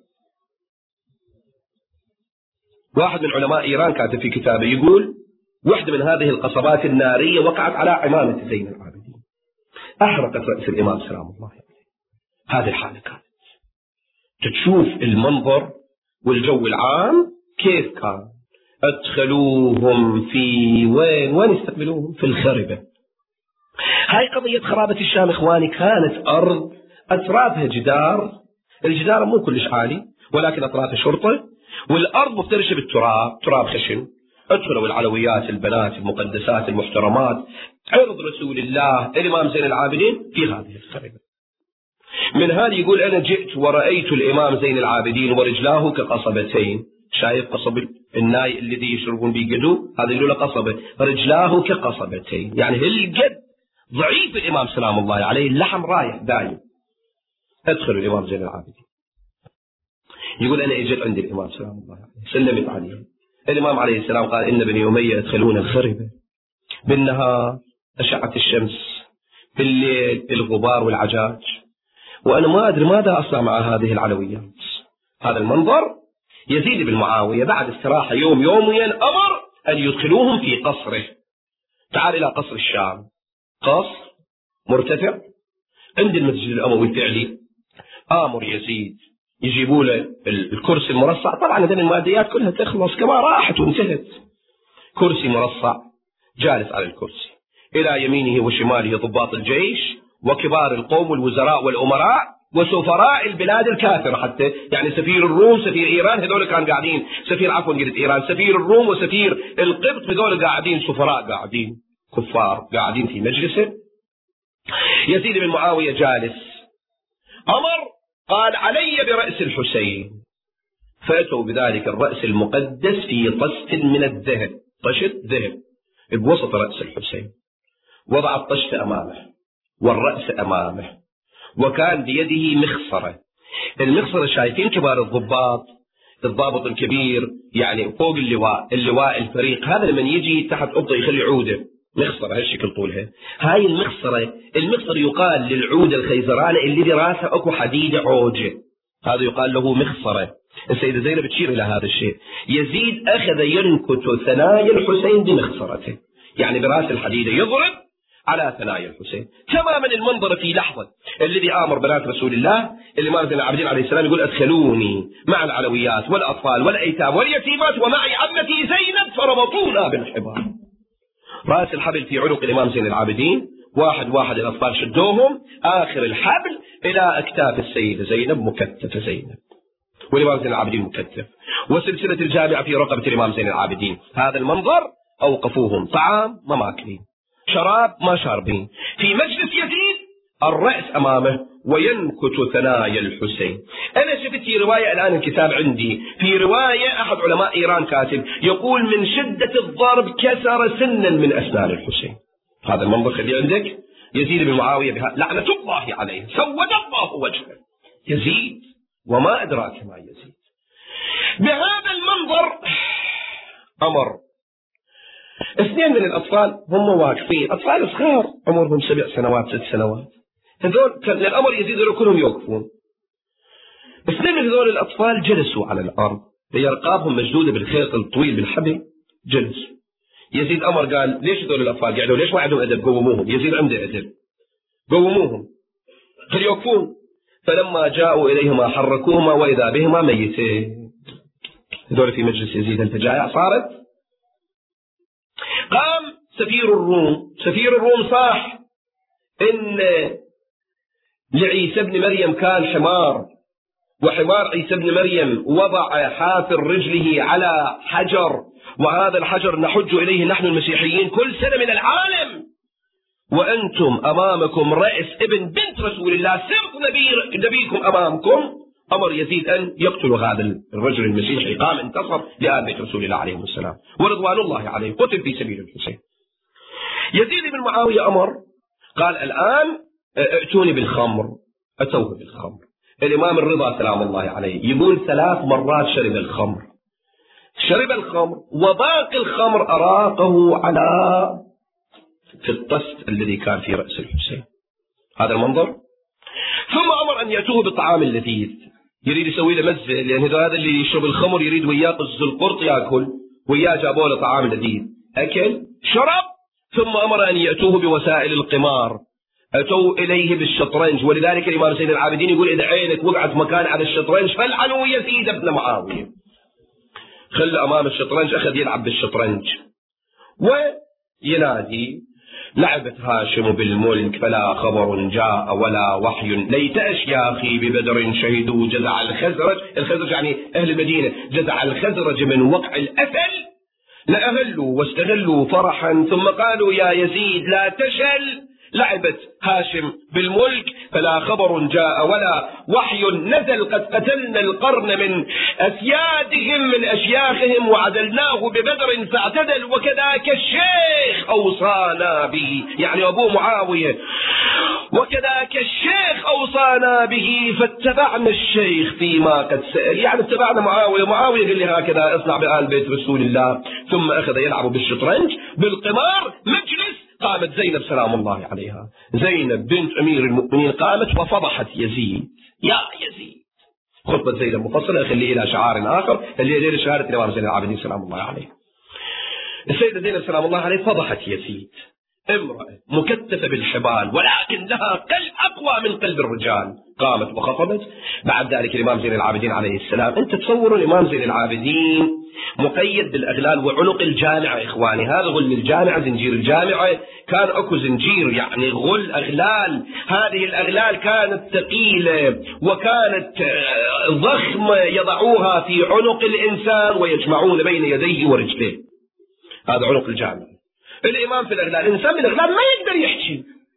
واحد من علماء إيران كاتب في كتابه يقول واحدة من هذه القصبات النارية وقعت على عمامة زين العابدين، أحرقت رأس الإمام سلام الله عليه. هذه الحالة كانت. تشوف المنظر والجو العام كيف كان. أدخلوهم في وين وين استقبلوهم؟ في الخربة. هاي قضية خرابة الشام إخواني كانت أرض أطرافها جدار، الجدار مو كلش عالي ولكن أطرافها شرطة، والأرض مفترشة بالتراب، تراب خشن. أدخلوا العلويات البنات المقدسات المحترمات عرض رسول الله الإمام زين العابدين في هذه الخربة. من هذا يقول أنا جئت ورأيت الإمام زين العابدين ورجلاه كقصبتين. شايف قصب الناي الذي يشربون به قدو، هذا يقول له قصبة، رجلاه كقصبتين، يعني هالقد ضعيف الإمام سلام الله عليه، اللحم رايح دايم. أدخل الإمام زين العابدين يقول أنا إجت عند الإمام سلام الله عليه، سلمت عليه. الإمام عليه السلام قال إن بني أمية يدخلون الخربة، بالنهار أشعة الشمس، بالليل الغبار والعجاج، وأنا ما أدري ماذا أصنع مع هذه العلويات. هذا المنظر. يزيد بن معاوية بعد استراحة يوم يوميا أمر أن يدخلوهم في قصره. تعال إلى قصر الشام، قصر مرتفع عند المسجد الأموي الفعلي. آمر يزيد يجيبوا له الكرسي المرصع، طبعا هذه الماديات كلها تخلص كما راحت وانتهت. كرسي مرصع، جالس على الكرسي، إلى يمينه وشماله ضباط الجيش وكبار القوم والوزراء والأمراء وسفراء البلاد الكافرة، حتى يعني سفير الروم سفير إيران هذول كانوا قاعدين، سفير عفوا قلت إيران، سفير الروم وسفير القبط هذول قاعدين، سفراء قاعدين، كفار قاعدين في مجلسه. يزيد بن معاوية جالس، عمر قال علي برأس الحسين، فأتوا بذلك الرأس المقدس في طشت من الذهب، طشت ذهب بوسط رأس الحسين، وضع الطشت أمامه والرأس أمامه، وكان بيده مخصرة. المخصرة شايفين كبار الضباط، الضابط الكبير يعني فوق اللواء، اللواء الفريق هذا لمن يجي تحت قبضة يخلي عودة مخصرة هالشكل طولها. هاي المخصرة، المخصر يقال للعودة الخيزرانة اللي براسها اكو حديدة عوجة، هذا يقال له مخصرة. السيدة زينب تشير إلى هذا الشيء. يزيد أخذ ينكت ثنايا الحسين بمخصرته، يعني براس الحديدة يضرب على ثنايا الحسين. تماما المنظر في لحظة. الذي آمر بنات رسول الله الإمام زين العابدين عليه السلام يقول أدخلوني مع العلويات والأطفال والأيتام واليتيمات ومعي عمتي زينب، فربطونا بالحبال. رأس الحبل في عنق الإمام زين العابدين، واحد واحد الأطفال شدوهم، آخر الحبل إلى أكتاف السيدة زينب مكتفة زينب، والإمام زين العابدين مكتف، وسلسلة الجامعة في رقبة الإمام زين العابدين. هذا المنظر. أوقفوهم، طعام ما ماكلين، شراب ما شاربين، في مجلس يزيد الرأس أمامه وينكت ثنايا الحسين. أنا شفت في رواية الآن الكتاب عندي، في رواية أحد علماء إيران كاتب يقول من شدة الضرب كسر سنا من أسنان الحسين. هذا المنظر خليه عندك. يزيد بن معاوية بها لعنة الله عليه، سود الله وجهه. يزيد وما أدراك ما يزيد. بهذا المنظر أمر اثنين من الأطفال هم واقفين، أطفال صغار عمرهم سبع سنوات ست سنوات، هذول كان الأمر يزيد كلهم يوقفون. اثنين من هذول الأطفال جلسوا على الأرض، هي رقابهم مشدودة بالخيط الطويل بالحبل، جلسوا. يزيد أمر قال ليش هذول الأطفال قاعدوا، ليش ما عندهم أدب؟ قوموهم. يزيد عنده أدب، قوموهم خلي يوقفون. فلما جاءوا إليهما حركوهما وإذا بهما ميتين. هذول في مجلس يزيد، أنت جائع صارت. قام سفير الروم، سفير الروم صاح إن لعيسى ابن مريم كان حمار، وحمار عيسى ابن مريم وضع حافر رجله على حجر، وهذا الحجر نحج إليه نحن المسيحيين كل سنة من العالم، وأنتم أمامكم رأس ابن بنت رسول الله، سبط نبي نبيكم أمامكم. أمر يزيد أن يقتل هذا الرجل المسيحي، قام انتصر لآل بيت رسول الله عليه السلام ورضوان الله عليه، قتل في سبيل الحسين. يزيد بن معاوية أمر قال الآن ائتوني بالخمر، أتوه بالخمر. الإمام الرضا سلام الله عليه يقول ثلاث مرات شرب الخمر، شرب الخمر وباقي الخمر أراقه على في الطست الذي كان في رأس الحسين. هذا المنظر. ثم أمر أن يأتوه بالطعام اللذيذ، يريد يسوي له مزة، لأن هذا اللي يشرب الخمر يريد وياه قز القرط يأكل، وياه جابوا له طعام لذيذ، أكل شرب. ثم أمر أن يأتوه بوسائل القمار، أتوا إليه بالشطرنج، ولذلك الإمام زين العابدين يقول إذا عينك وقعت مكان على الشطرنج فالعنوا يزيد بن معاوية. خل أمام الشطرنج، أخذ يلعب بالشطرنج وينادي لعبت هاشم بالملك فلا خبر جاء ولا وحي، ليت أشياخي ببدر شهدوا جزع الخزرج، الخزرج يعني أهل المدينة، جزع الخزرج من وقع الأثل لأهلوا واستغلوا فرحا، ثم قالوا يا يزيد لا تشل، لعبت هاشم بالملك فلا خبر جاء ولا وحي نزل، قد قتلنا القرن من أسيادهم من أشياخهم وعدلناه ببدر فاعتدل، وكذاك الشيخ أوصانا به، يعني أبو معاوية، وكذاك الشيخ أوصانا به فاتبعنا الشيخ فيما قد سأل، يعني اتبعنا معاوية. معاوية قال لي هكذا اصنع بآل بيت رسول الله. ثم أخذ يلعب بالشطرنج بالقمار. مجلس قامت زينب سلام الله عليها، زينب بنت أمير المؤمنين، قامت وفضحت يزيد. يا يزيد، خطبة زينب مفصلة، أخليه إلى شعار آخر اللي هي ليلة شهادة الإمام زين العابدين سلام الله عليه. السيدة زينب سلام الله عليه فضحت يزيد، امرأة مكتفة بالحبال ولكن لها قلب أقوى من قلب الرجال، قامت وخطبت. بعد ذلك الإمام زين العابدين عليه السلام، أنت تصوروا الإمام زين العابدين مقيد بالأغلال وعنق الجامعة، إخواني هذا غل الجامعة، زنجير الجامعة كان أكو زنجير يعني غل أغلال، هذه الأغلال كانت ثقيلة وكانت ضخمة يضعوها في عنق الإنسان ويجمعون بين يديه ورجليه، هذا عنق الجامعة. الإمام في الأغلال، الإنسان بالأغلال ما يقدر يحكي،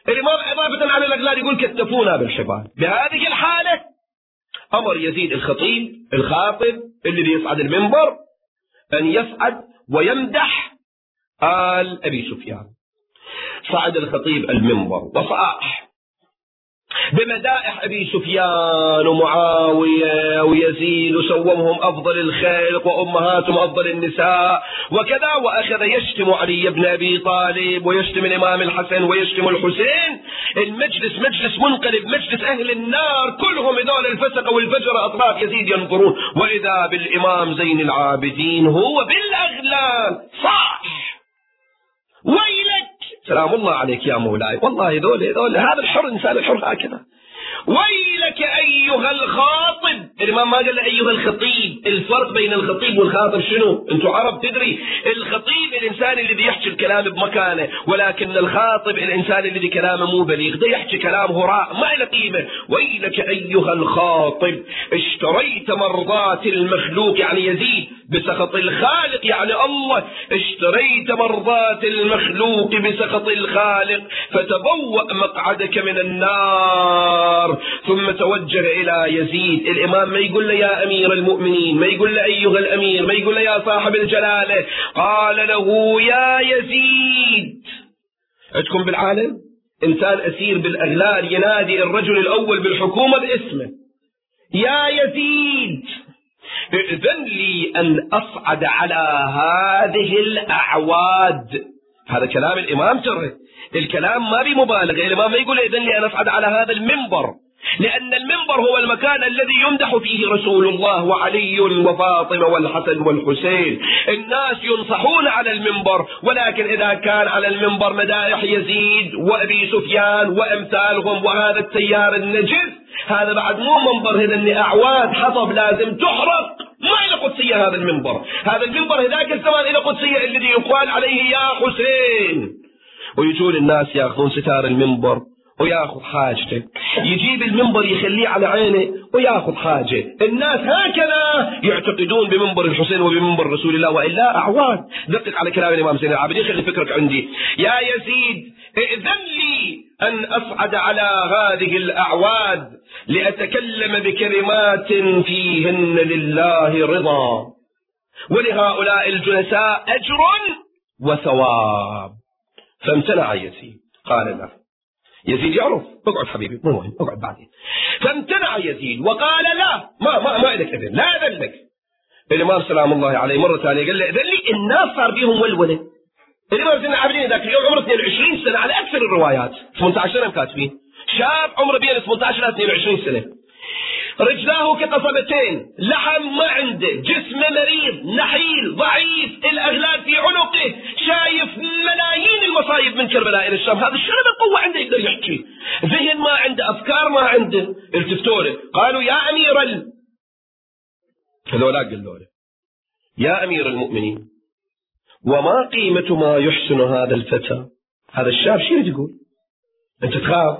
الإمام إضافة على الأغلال يقول كتفونا بالحبال. بهذه الحالة أمر يزيد الخطيب الخاطب الذي يصعد المنبر أن يصعد ويمدح آل أبي سفيان. صعد الخطيب المنبر وصاح بمدائح أبي سفيان ومعاوية ويزيد وسومهم أفضل الخلق وأمهاتهم أفضل النساء وكذا، وأخذ يشتم علي بن أبي طالب ويشتم الإمام الحسن ويشتم الحسين. المجلس مجلس منقلب، مجلس أهل النار كلهم هذول الفسق والفجر أطراف يزيد ينظرون، وإذا بالإمام زين العابدين هو بالأغلال صاح ويلك سلام الله عليك يا مولاي، والله ذول ذول هذا الحر إنسان الحر هكذا. ويلك أيها الخاطب. الإمام ما قال أيها الخطيب. الفرق بين الخطيب والخاطب شنو؟ أنتم عرب تدري. الخطيب الإنسان الذي يحكي الكلام بمكانه، ولكن الخاطب الإنسان الذي كلامه مو بليغ، ده يحكي كلام هراء ما له قيمة. ويلك أيها الخاطب اشتريت مرضات المخلوق يعني يزيد بسخط الخالق يعني الله، اشتريت مرضات المخلوق بسخط الخالق فتبوأ مقعدك من النار. ثم توجه إلى يزيد. الإمام ما يقول له يا أمير المؤمنين، ما يقول له أيها الأمير، ما يقول له يا صاحب الجلالة، قال له يا يزيد. عندكم بالعالم إنسان أسير بالأغلال ينادي الرجل الأول بالحكومة باسمه يا يزيد ائذن لي أن أصعد على هذه الأعواد. هذا كلام الإمام ترى، الكلام ما بمبالغة. الإمام ما يقول ائذن لي أن أصعد على هذا المنبر، لأن المنبر هو المكان الذي يمدح فيه رسول الله وعلي وفاطمة والحسن والحسين. الناس ينصحون على المنبر، ولكن إذا كان على المنبر مدائح يزيد وأبي سفيان وأمثالهم وهذا التيار النجس، هذا بعد مو منبر، هذا اللي أعواد حطب لازم تحرق. ما إلى قدسية هذا المنبر. هذا المنبر هذاك الزمان إلى قدسية الذي يقال عليه يا حسين. ويجون الناس يأخذون ستار المنبر وياخذ حاجته، يجيب المنبر يخليه على عينه وياخذ حاجه. الناس هكذا يعتقدون بمنبر الحسين وبمنبر رسول الله، وإلا أعواد. دقق على كلام الإمام زين العابدين، خلي فكرك عندي. يا يزيد ائذن لي أن أصعد على هذه الأعواد لأتكلم بكلمات فيهن لله رضا ولهؤلاء الجلساء أجر وثواب. فامتنع يزيد. قال لا. يزيد يعرف اقعد حبيبي مو مهم اقعد بعدين. فامتنع يزيد وقال لا ما ما ما لك اذن، لا اذن لك. الامام سلام الله عليه مره ثانيه قال له اذن لي. الناس صار بيهم ولوله. الامام زين العابدين ذاك اليوم عمره اثنين وعشرين سنه على اكثر الروايات، ثمانية عشر سنه كاتبين، شاب عمره بين ثمانية عشر الى اثنين وعشرين سنه، رجلاه كقصبتين، لحم ما عنده، جسمه مريض نحيل ضعيف، الاغلال في عنقه، شايف ملايين المصايب من كربلاء الى الشام. هذا الشرب القوه عنده يقدر يحكي، ذهن ما عنده، افكار ما عنده. التفتوا له قالوا يا امير ال هذولاك قالوا له يا امير المؤمنين وما قيمه ما يحسن هذا الفتى؟ هذا الشاب شو تقول؟ انت تخاف؟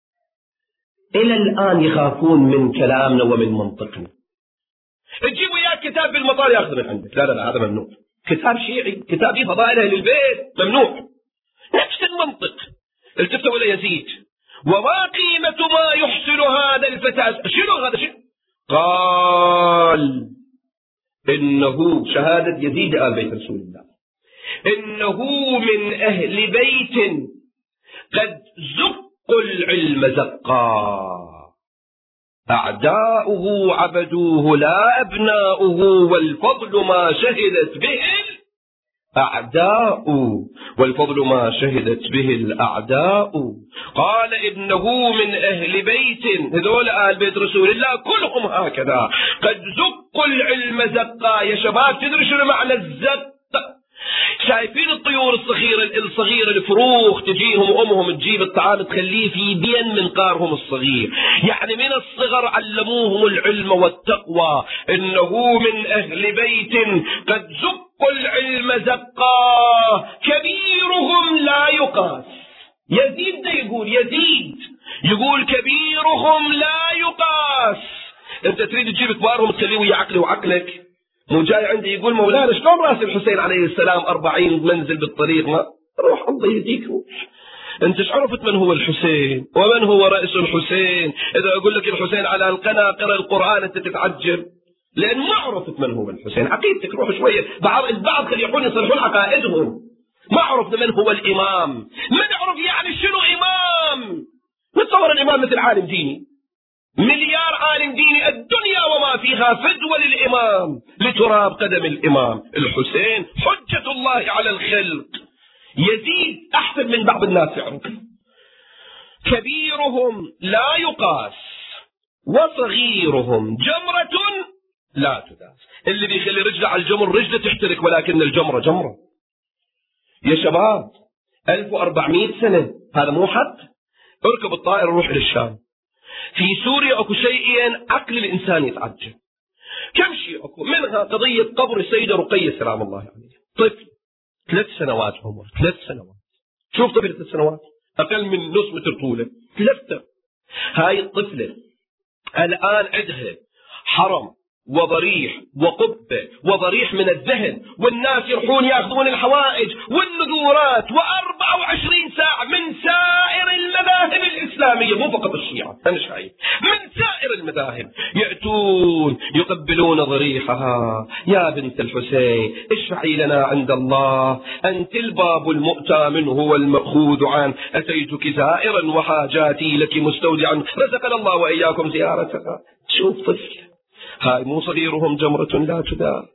إلى الآن يخافون من كلامنا ومن منطقنا. تجيب وياك كتاب بالمطار ياخذ من عندك، لا لا لا هذا ممنوع. كتاب شيعي، كتاب فيه فضائل أهل البيت، ممنوع. نفس المنطق. التفتوا إلى يزيد وما قيمة ما يحسن هذا الفتى؟ شنو هذا شيء؟ قال إنه شهادة يزيد آل بيت رسول الله، إنه من أهل بيت قد زق العلم زقا، أعداؤه عبدوه لا أبناؤه، والفضل ما شهدت به الأعداء والفضل ما شهدت به الأعداء. قال إنه من أهل بيت، هذول آل بيت رسول الله كلهم هكذا، قد زقوا العلم زقا. يا شباب تدري شنو معنى الزق؟ شايفين الطيور الصغيرة الصغيرة الفروخ تجيهم وأمهم تجيب الطعام تخليه في بين منقارهم الصغير، يعني من الصغر علموهم العلم والتقوى. إنه من أهل بيت قد زقوا العلم زقا كبيرهم لا يقاس. يزيد ده يقول يزيد يقول كبيرهم لا يقاس. أنت تريد تجيب كبارهم تخليه ويا عقلي وعقلك، مو جاي عندي يقول مولانا شلون راس الحسين عليه السلام أربعين منزل بالطريق، ما روح الله يهديك. انت ايش عرفت من هو الحسين ومن هو رئيس الحسين؟ اذا اقول لك الحسين على القنا قرأ القرآن انت تتعجب، لان ما عرفت من هو الحسين. عقيدتك روح شويه، بعض البعض كانوا يحاولون يصلحون عقائدهم. ما عرفنا من هو الامام، ما نعرف يعني شنو امام. نتصور الامام مثل عالم ديني، مليار عالم ديني، الدنيا وما فيها فدوى للامام لتراب قدم الامام. الحسين حجة الله على الخلق، يزيد احسن من بعض الناس يعرف. كبيرهم لا يقاس وصغيرهم جمرة لا تداس. اللي بيخلي رجله على الجمر رجله تحترق، ولكن الجمرة جمرة. يا شباب ألف وأربعمئة سنة هذا مو حد. اركب الطائرة وروح للشام. في سوريا اكو شيئين عقل الانسان يتعجب. كم شيء اكو، منها قضية قبر السيدة رقية سلام الله عليها. طفل ثلاث سنوات عمر، ثلاث سنوات. شوف طفل ثلاث سنوات اقل من نص متر طوله، ثلاثة. هاي الطفلة الان عندها حرم وضريح وقبة وضريح من الذهب، والناس يروحون ياخذون الحوائج والنذورات، وأربعة وعشرين ساعة من سائر المذاهب الإسلامية، مو فقط الشيعة، أنا شايف من سائر المذاهب يأتون يقبلون ضريحها. يا بنت الحسين اشفعي لنا عند الله، أنت الباب المؤتى منه والمأخوذ عنه، أتيتك زائرا وحاجاتي لك مستودعا، رزقنا الله وإياكم زيارتها. شوف طفل، هاي مو صغيرهم جمرة لا تداس.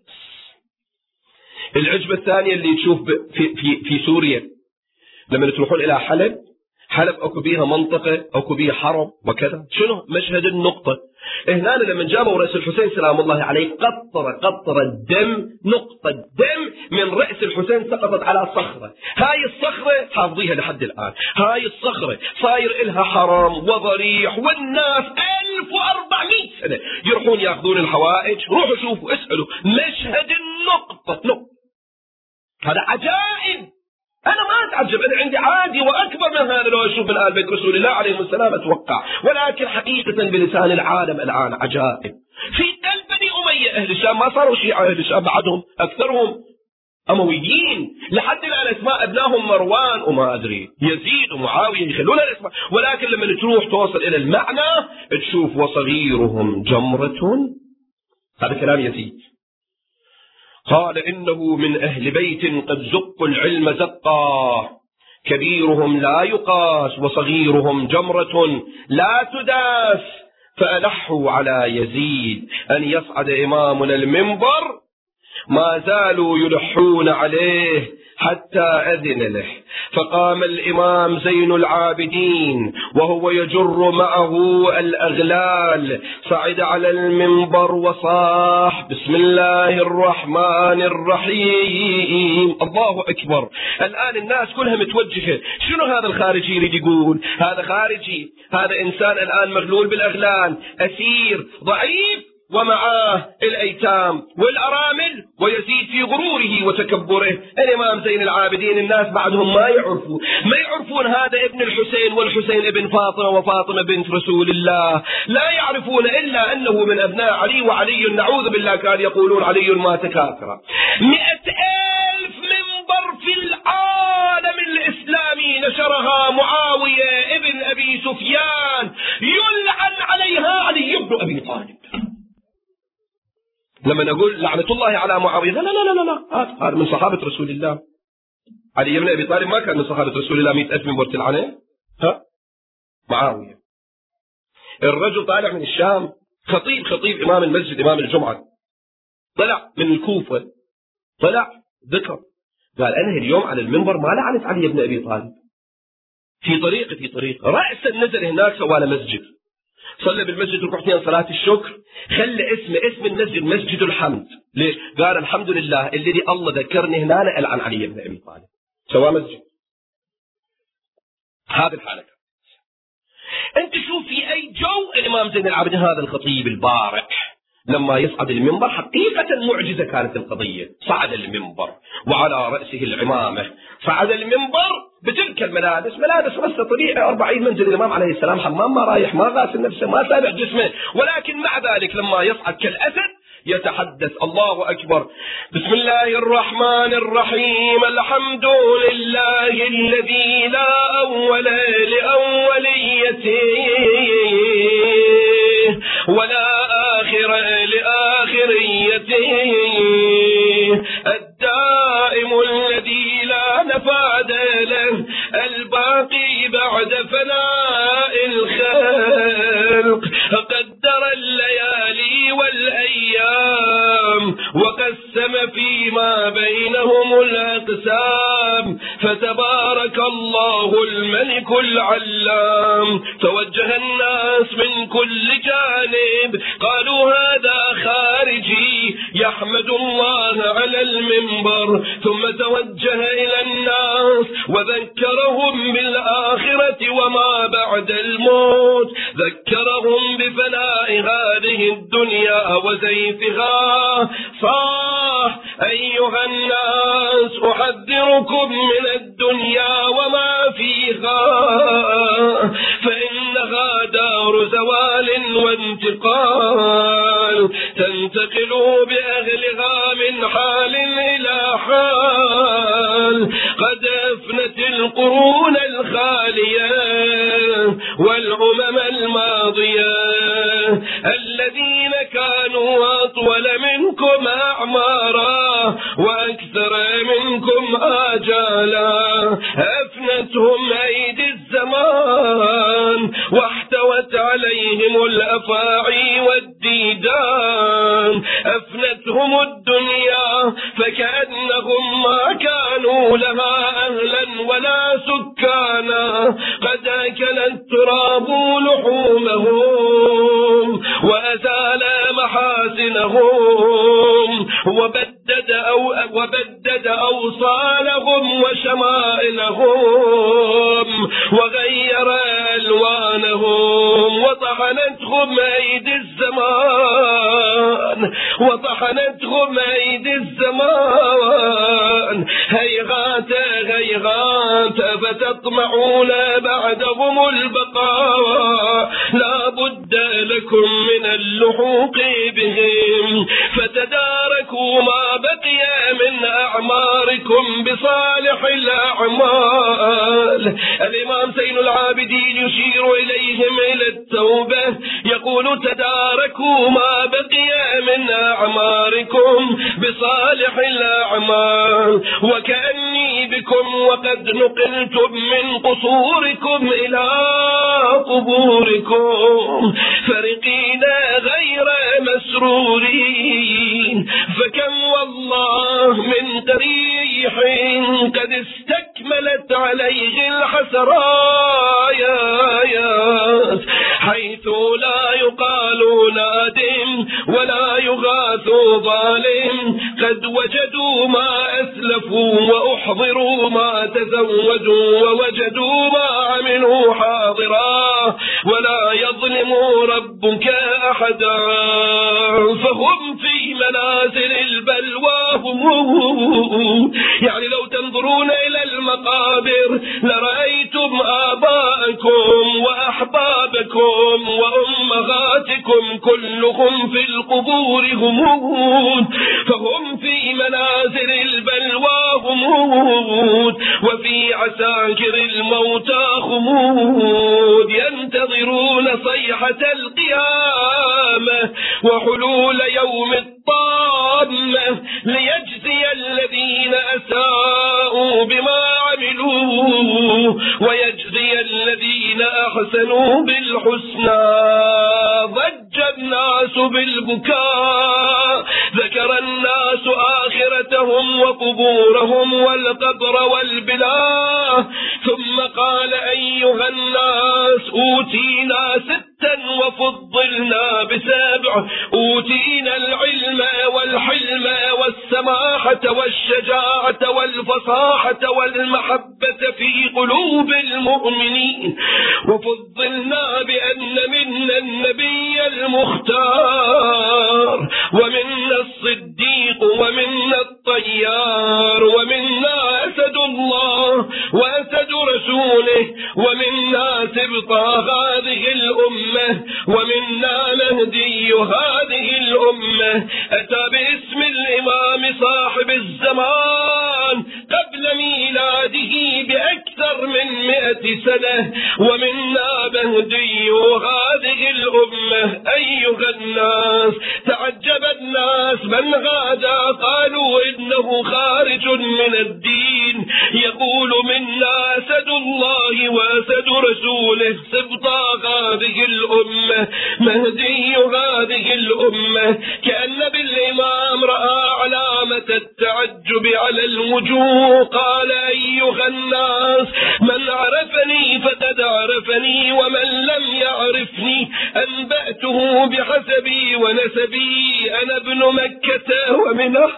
العجبة الثانية اللي تشوف في, في, في سوريا لما تروحون إلى حلب، حلب أكو بيها منطقة أكو بيها حرم وكذا. شنو مشهد النقطة؟ هنا لما جابوا رأس الحسين سلام الله عليه قطر قطر الدم، نقطة دم من رأس الحسين سقطت على صخرة. هاي الصخرة حافظيها لحد الآن. هاي الصخرة صاير إلها حرم وضريح، والناس ألف وأربعمئة سنة يروحون ياخذون الحوائج. روحوا شوفوا اسألوا مشهد النقطة نقطة. هذا عجائب. أنا ما أتعجب، أنا عندي عادي وأكبر من هذا لو أشوف من آل بيت رسول الله عليه السلام أتوقع، ولكن حقيقة بلسان العالم الآن عجائب. في قلب بني أمية أهل الشام ما صاروا شيعة، أهل الشام بعدهم أكثرهم أمويين، لحد الآن أسماء أبناهم مروان وما أدري يزيد ومعاوية يخلون الأسماء، ولكن لما تروح توصل إلى المعنى تشوف وصغيرهم جمرة. هذا كلام يزيد. قال إنه من أهل بيت قد زقوا العلم زقا، كبيرهم لا يقاس وصغيرهم جمرة لا تداس. فألحوا على يزيد أن يصعد إمامنا المنبر، ما زالوا يلحون عليه حتى أذن له. فقام الإمام زين العابدين وهو يجر معه الأغلال، صعد على المنبر وصاح بسم الله الرحمن الرحيم. الله أكبر. الآن الناس كلها متوجهة، شنو هذا الخارجي يريد يقول؟ هذا خارجي، هذا إنسان الآن مغلول بالأغلال، أسير ضعيف، ومعاه الأيتام والأرامل، ويزيد في غروره وتكبره. الإمام زين العابدين الناس بعدهم ما يعرفون ما يعرفون هذا ابن الحسين، والحسين ابن فاطمة، وفاطمة بنت رسول الله. لا يعرفون إلا أنه من أبناء علي، وعلي نعوذ بالله كان يقولون علي مات كافرا. مئة ألف منبر في العالم الإسلامي نشرها معاوية ابن أبي سفيان، يلعن عليها علي بن أبي طالب. لما نقول لعنة الله على معاوية، لا لا لا لا لا، هذا من صحابة رسول الله. علي بن أبي طالب ما كان من صحابة رسول الله مئة ألف من برت العنة. ها معاوية الرجل طالع من الشام، خطيب خطيب إمام المسجد إمام الجمعة، طلع من الكوفة، طلع ذكر قال أنا اليوم على المنبر ما لعنت علي بن أبي طالب، في طريقة في طريقة رأسا نزل هناك سوى مسجد، صلى بالمسجد ركعتين صلاة الشكر، خلى اسم اسم المسجد مسجد الحمد. ليش؟ قال الحمد لله الذي الله ذكرني هنا ألعن علي بن أبي طالب، سوى مسجد. هذه الحالة. أنت شوف في أي جو الإمام زين العابدين هذا الخطيب البارع لما يصعد المنبر، حقيقة معجزة كانت القضية. صعد المنبر وعلى رأسه العمامة، صعد المنبر بتلك الملابس، ملابس رسة طبيعي أربعين منزل الإمام عليه السلام، حمام ما رايح، ما غاسل نفسه، ما سابع جسمه، ولكن مع ذلك لما يصعد كالأسد يتحدث. الله أكبر. بسم الله الرحمن الرحيم. الحمد لله الذي لا الأول لأوليته ولا آخر لآخريته، الدائم الذي لا نفاد له، الباقي بعد فناء الخلق، قدر الليالي والأيام وقسم فيما بينهم الأقسام، فتبارك الله الملك العلام. توجه الناس من كل جانب، قالوا هذا خارجي يحمد الله على المنبر، ثم توجه إلى الناس وذكرهم بالآخرة وما بعد الموت، ذكرهم بفناء هذه الدنيا وزيفها. صاح أيها الناس أحذركم من الدنيا وما فيها، فإنها دار زوال وانتقال، تنتقل بأهلها من حال إلى حال، قد أفنت القرون الخالية والأمم الماضية، الذين كانوا أطول منكم أعمارا وأكثر منكم آجالا، أفنتهم أيدي الزمان واحتوت عليهم الأفاعي والديدان، أفنتهم الدنيا فكأنهم ما كانوا لها أهلا ولا سكانا، قد أكل التراب لحومهم وأزال محاسنهم وبدد أو وبدد أوصالهم وشمائلهم وغير ألوانهم، وطحنتهم أيدي الزمان وطحنتهم أيدي الزمان، هيغات هيغات فتطمعون بعدهم البقاء، لا بد لكم من اللحوق بهم، فتداركوا ما بقي من أعماركم بصالح الأعمال. الإمام زين العابدين يشير إليهم إلى التوبة، يقول تداركوا ما بقي من أعماركم بصالح الأعمال، وكأني بكم وقد نقلتم من قصوركم إلى قبوركم فرقين غير مسرورين، فكم والله من قريح قد استكملت عليه الحسرايات، حيث لا يقال نادم ولا يغاث ظالم، قد وجدوا ما أسلفوا وأحضروا ما تزودوا ووجدوا ما عملوا حاضرا ولا يظلم ربك أحدا، فهم في منازل البلوى هم، يعني لو تنظرون إلى المقابر لرأيتم آباءكم وأحبابكم وأمهاتكم كلهم في القبور همود، فهم في منازل البلوى همود، وفي عساكر الموتى خمود، ينتظرون صيحة القيامة وحلول يوم الطامة ليجزي الذين أساءوا بما عملوا ويجزي الذين أحسنوا بالحسنى. ضج الناس بالبكاء، ذكر الناس آخرتهم وقبورهم والقبر والبلاه، ثم قال أيها الناس أوتينا ستا وفضلنا بسبع، أوتينا العلم والحلم والسماحة والشجاعة والفصاحة والمحبة في قلوب المؤمنين، وفضلنا بأن منا النبي المختار ومنا الصديق ومنا الطيار ومنا أسد الله وأسد رسوله ومنا سبط هذه الأمة ومنا مهدي هذه الأمة، أتى باسم الإمام صاحب الزمان قبل ميلاده بأكثر من ومائة سنة ومنا مهدي هذه الأمة. أيها الناس، تعجب الناس من غدا قالوا إنه خارج من الدين، يقول منا أسد الله وأسد رسوله سبطا هذه الأمة مهدي هذه الأمة. كأن بالإمام رأى علامة التعجب على الوجوه، قال أيها الناس، من عرفني فقد عرفني ومن لم يعرفني أنبأته بحسبي ونسبي. أنا ابن مكة ومنه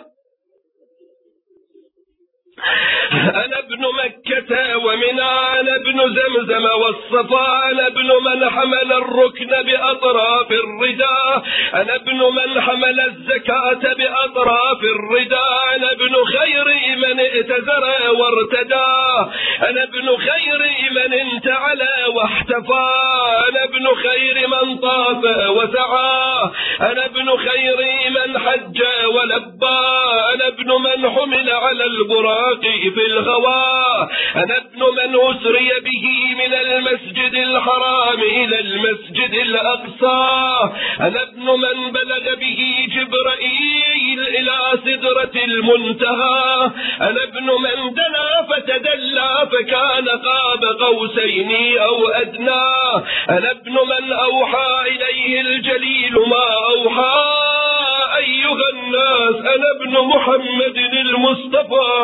أنا ابن مكة ومنى، أنا ابن زمزم والصفا، أنا ابن من حمل الركن بأطراف الرداء، أنا ابن من حمل الزكاة بأطراف الرداء، أنا ابن خير من ائتزر وارتدى، أنا ابن خير من انتعلى واحتفى، أنا ابن خير من طاف وسعى، أنا ابن خير من حج ولبى، أنا ابن من حمل على البراق في الغوى، أنا ابن من أسري به من المسجد الحرام إلى المسجد الأقصى، أنا ابن من بلغ به جبرائيل إلى سدرة المنتهى، أنا ابن من دنا فتدلى فكان قاب قوسين أو أدنى، أنا ابن من أوحى إليه الجليل ما أوحى. أيها الناس، أنا ابن محمد المصطفى،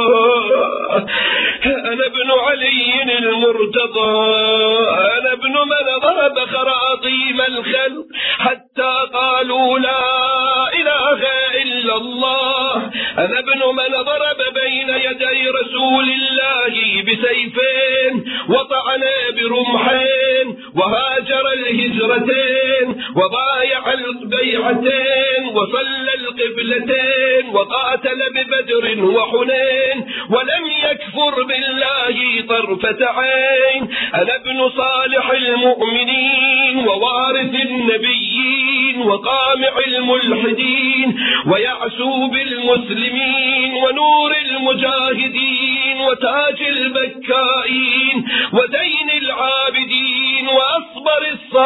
أنا ابن علي المرتضى، أنا ابن من ضرب خراطيم الخلق حتى قالوا لا إله إلا الله، أنا ابن من ضرب بين يدي رسول الله بسيفين وطعن برمحين وهاجر الهجرتين وبايع البيعتين وصلى القبلتين وقاتل ببدر وحنين ولم يكفر بالله طرفة عين. أنا ابن صالح المؤمنين ووارث النبيين وقامع الملحدين ويعسوب المسلمين ونور المجاهدين وتاج البكائين ودين العابدين وأصبر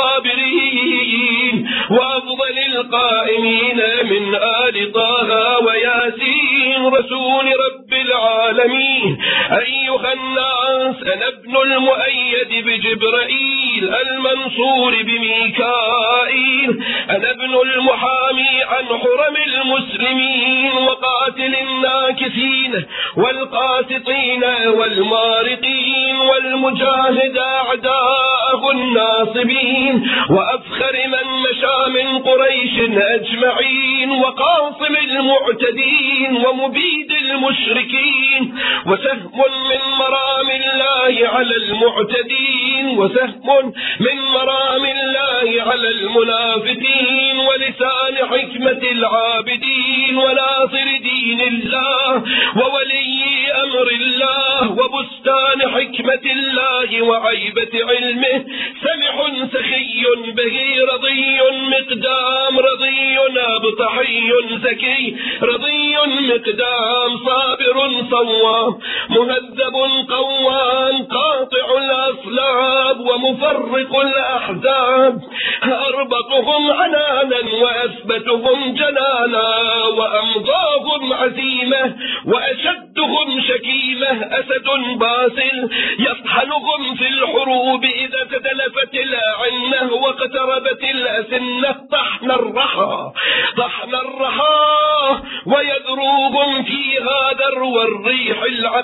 الصابرين وأفضل القائمين من آل طه وياسين رسول رب العالمين. أيها الناس، أنا ابن المؤيد بجبرائيل المنصور بميكائيل، أنا ابن المحامي عن حرم المسلمين وقاتل الناكثين والقاسطين والمارقين والمجاهد أعداءه الناصبين وأفخر من مشى من قريش أجمعين وقاصم المعتدين ومبيد المشركين وسهم من مرام الله على المعتدين وسهم من مرام الله على المنافقين ولسان حكمة العابدين وناصر دين الله وولي أمر الله وبستان حكمة الله وعيبة علمه، سمح سخي بهي رضي مقدام رضي أبطحي زكي رضي مقدام صابر صوام مهذب قوام قاطع الأصلاب ومفرق الأحزاب، أربطهم عنانا وأثبتهم جنانا وأمضاهم عزيمة وأشدهم شكيمة، أسد باسل يطحنهم في الحروب إذا تتلفت الأعنة واقتربت الأسنة طحن الرحى طحن الرحى ويذروهم فيها ذرو الريح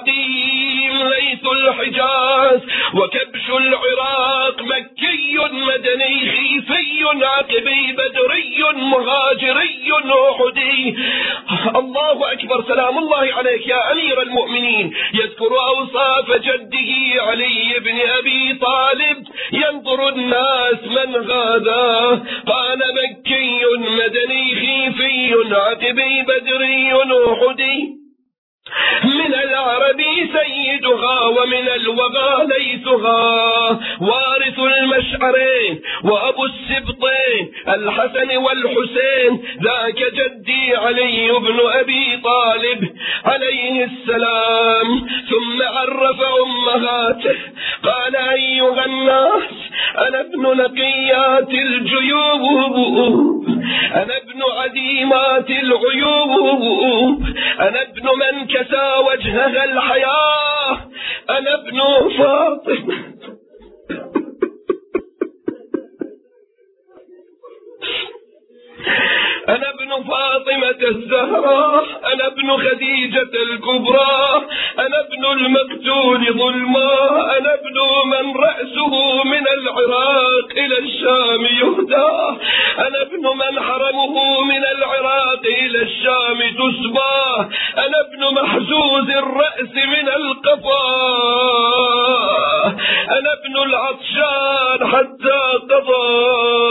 العقيم ليث الحجاز وكبش العراق مكي مدني خيفي عقبي بدري مهاجري أحدي. الله أكبر، سلام الله عليك يا أمير المؤمنين. يذكر أوصاف جده علي بن أبي طالب، ينظر الناس من غادا، قال مكي مدني خيفي عقبي بدري أحدي، من العرب سيدها ومن الوغى ليثها، وارث المشعرين وأبو السبطين الحسن والحسين، ذاك جدي علي بن أبي طالب عليه السلام. ثم عرف أمهاته، قال أنا ابن نقيات الجيوب، أنا ابن عديمات العيوب، أنا ابن من كسى وجهها الحياة، أنا ابن فاطمة. أنا ابن فاطمة الزهراء، أنا ابن خديجة الكبرى، أنا ابن المقتول ظلما، أنا ابن من رأسه من العراق إلى الشام يهدى، أنا ابن من حرمه من العراق إلى الشام تسبى، أنا ابن محزوز الرأس من القفا، أنا ابن العطشان حتى قضى،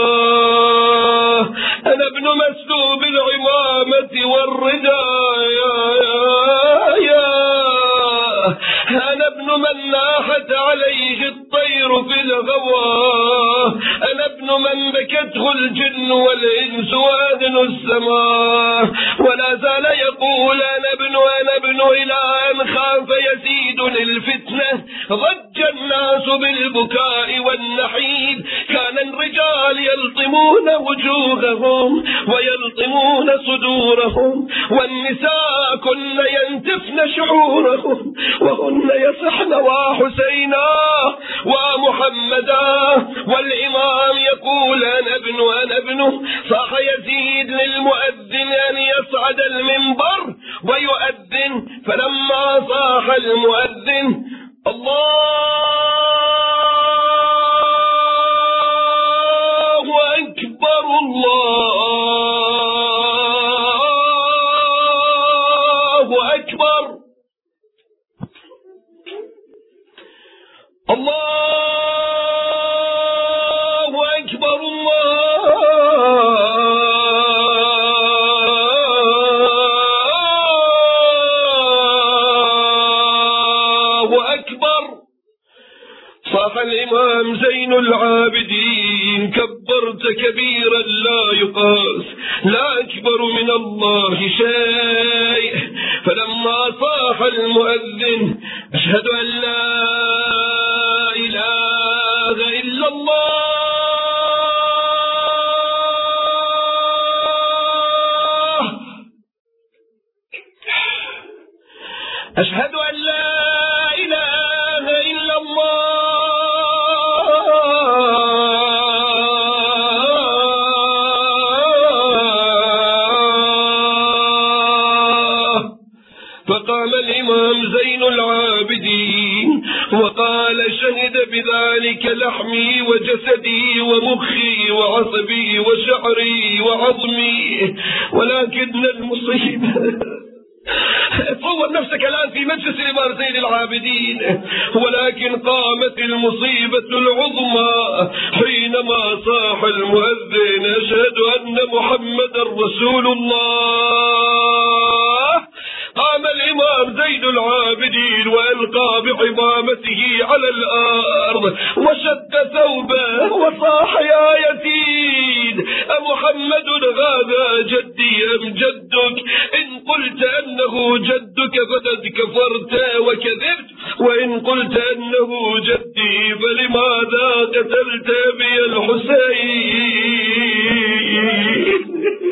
أنا ابن مسلوب العمامة والرداء، يا يا أنا ابن من ناحت عليه الطير في الغوى، أنا ابن من بكته الجن والإنس وأذن السماء، ولا زال يقول أنا ابن أنا ابن إلى أن خاف يزيد الفتنة، ضج الناس بالبكاء والنحيب، كان الرجال يلطمون وجوههم ويلطمون صدورهم، والنساء كن ينتفن شعورهم، وهن يصحن وحسينا ومحمدا، والإمام يقول أنا ابن أنا ابنه. صاح يزيد للمؤذن أن يصعد المنبر ويؤذن، فلما صاح المؤذن الله أكبر الله أكبر الله أكبر الله أكبر. صاح الإمام زين العابدين كبرت كبيرا لا يقاس، لا أكبر من الله شيء. فلما صاح المؤذن أشهد أن لا إله إلا الله، أشهد أن لا إله إلا الله. فقام الإمام زين العابدين وقال شهد بذلك لحمي وجسدي ومخي وعصبي وشعري وعظمي، ولكن المصيبة تصور نفسك الآن في مجلس الإمام زين العابدين، ولكن قامت المصيبة العظمى حينما صاح المؤذن أشهد أن محمد رسول الله. قام الإمام زين العابدين وألقى بعمامته على الأرض وشد ثوبه وصاح يا يزيد أمحمد هذا جدي أم جدك؟ إن قلت أنه جدك فقد كفرت وكذبت، وإن قلت أنه جدي فلماذا قتلت بي الحسين؟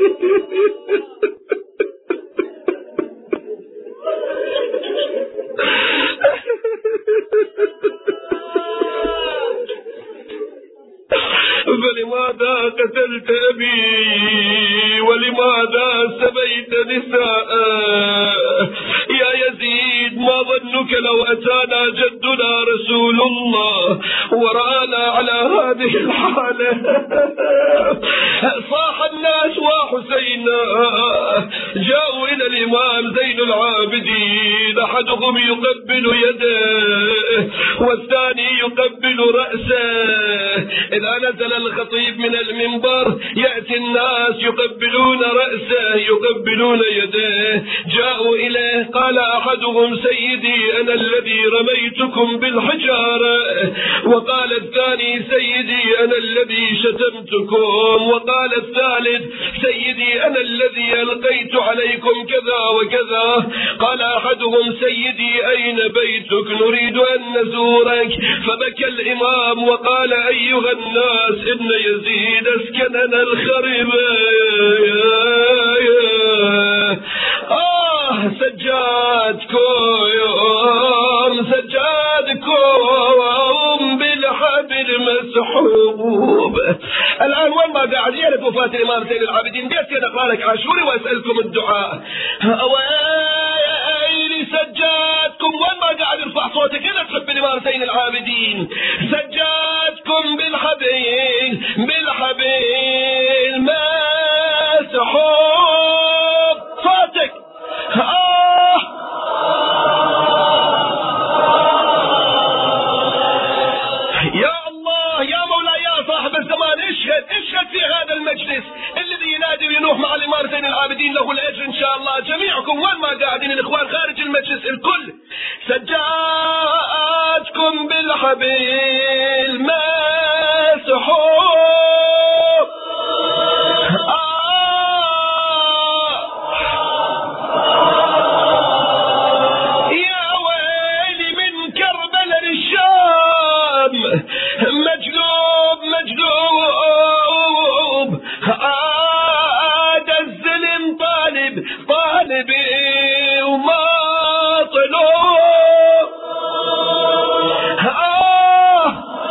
فلماذا قتلت أبي ولماذا سبيت نساء؟ يا يزيد ما ظنك لو أتانا جدنا رسول الله ورآنا على هذه الحالة؟ صاح الناس وحسينا جاءوا إلى الإمام زين العابدين، أحدهم يقبل يده والثاني يقبل رأسه. إذا نزل الخطيب من المنبر يأتي الناس يقبلون رأسه يقبلون يده. جاءوا إليه قال أحدهم سيدي أنا الذي رميتكم بالحجارة، وقال الثاني سيدي أنا الذي الذي شتمتكم، وقال الثالث سيدي أنا الذي ألقيت عليكم كذا وكذا. قال أحدهم سيدي أين بيتك نريد أن نزورك. فبكى الإمام وقال أيها الناس إن يزيد أسكننا الخرب. آه سجادكم سجادكم بالحبل مسحوب. الآن وين ما قاعد ليلة وفاة الإمام زين العابدين جيت أنا أقرأ لك عاشوري وأسألكم الدعاء. ويلي سجادكم وين ما قاعد يرفع صوتك إذا تحب الإمام زين العابدين. سجادكم بالحبل بالحبل مسحوب. صوتك آه يا الله يا مولاي يا صاحب الزمان اشهد اشهد في هذا المجلس الذي ينادي وينوح مع الإمام زين العابدين له الأجر إن شاء الله. جميعكم وين ما قاعدين الإخوان خارج المجلس الكل سجادكم بالحبل مسحوب. يا ويلي من كربلاء للشام مجلوب مجلوب. عاد الزلم طالب طالب وما طلوب. آه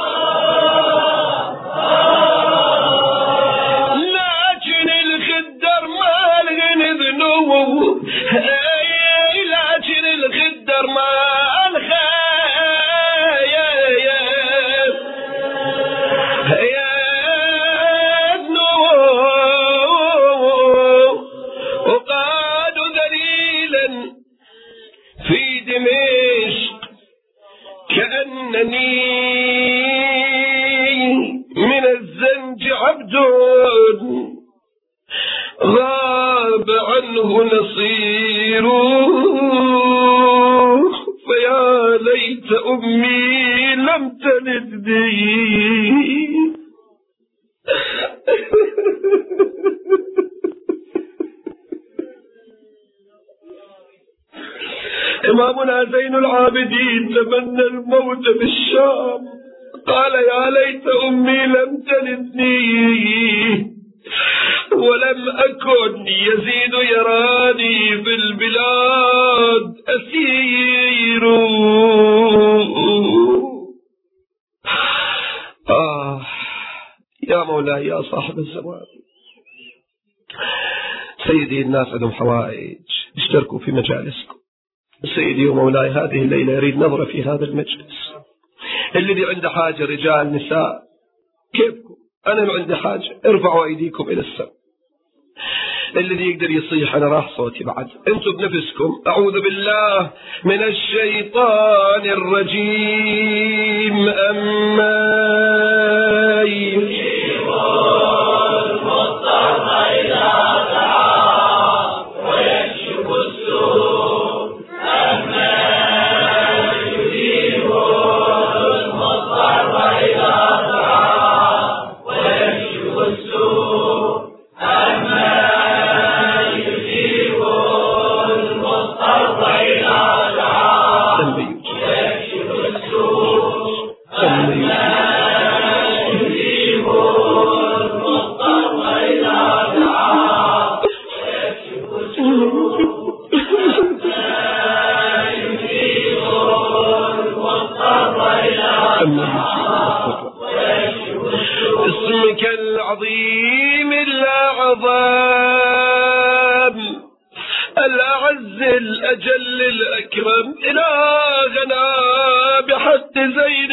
لكن الخدر ما لهن ذنوب. لكن الخدر ما في دمشق كأنني من الزنج عبد غاب عنه نصير. فيا ليت أمي لم تلدني. إمامنا زين العابدين تمنى الموت بالشام. قال يا ليت أمي لم تلدني ولم أكن يزيد يراني بالبلاد أسير. آه يا مولاي يا صاحب الزمان سيدي الناس عندهم حوائج اشتركوا في مجالسكم. سيدي ومولاي هذه الليلة يريد نظرة في هذا المجلس. الذي عنده حاجة رجال نساء كيفكم أنا ما عندي حاجة ارفعوا أيديكم إلى السماء. الذي يقدر يصيح أنا راح صوتي بعد أنتم بنفسكم. أعوذ بالله من الشيطان الرجيم. أما اسمك العظيم الأعظم الأعز الأجل الأكرم إلهنا بحق زين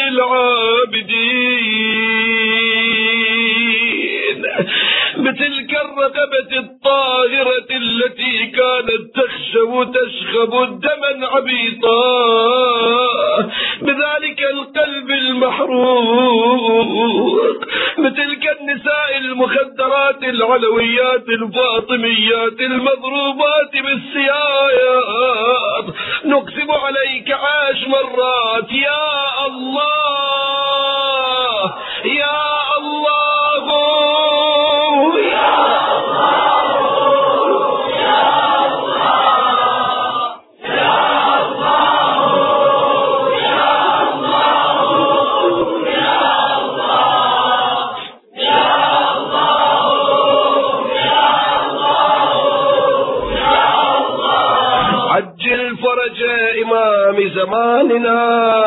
العابدين بتلك الرقبة الطاهرة التي كانت تخشب تشخب دما عبيطا بذلك القلب المحروق بتلك النساء المخدرات العلويات الفاطميات المضروبات بالسياط نقسم عليك عاش مرات يا الله يا الله إمام زماننا.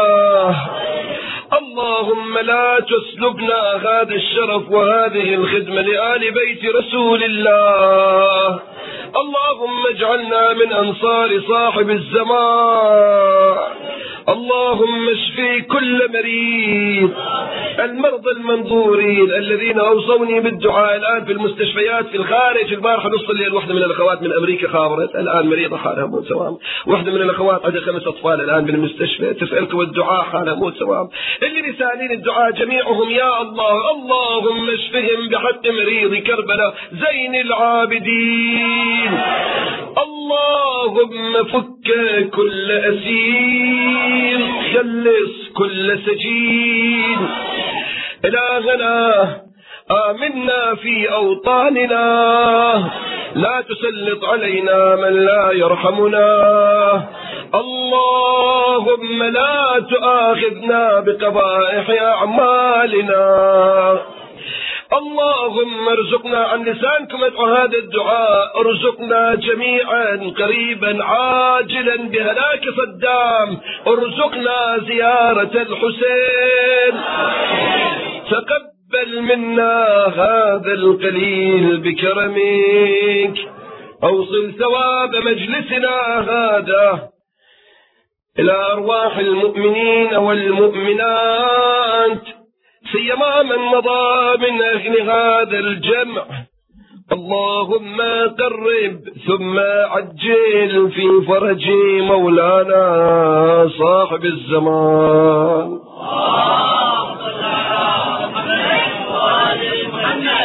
اللهم لا تسلبنا هذا الشرف وهذه الخدمة لآل بيت رسول الله. اللهم اجعلنا من أنصار صاحب الزمان. اللهم اشفي كل مريض، المرضى المنظورين الذين أوصوني بالدعاء الآن في المستشفيات في الخارج. البارحة نص الليل واحدة من الأخوات من أمريكا خابرت، الآن مريضة حالها مو تمام. واحدة من الأخوات عندها خمس أطفال الآن بالمستشفى تسألك والدعاء حالها مو تمام. اللي رسالين الدعاء جميعهم يا الله اللهم اشفهم بحق مريض كربلاء زين العابدين. اللهم فك كل أسير، خلص كل سجين. إلهنا آمنا في أوطاننا، لا تسلط علينا من لا يرحمنا. اللهم لا تؤاخذنا بقبائح أعمالنا. اللهم ارزقنا عن لسانكم ادعو هذا الدعاء، ارزقنا جميعا قريبا عاجلا بهلاك صدام، ارزقنا زيارة الحسين. تقبل منا هذا القليل بكرمك، اوصل ثواب مجلسنا هذا إلى أرواح المؤمنين والمؤمنات، سيما من مضى من أهل هذا الجمع. اللهم قرب ثم عجل في فرج مولانا صاحب الزمان.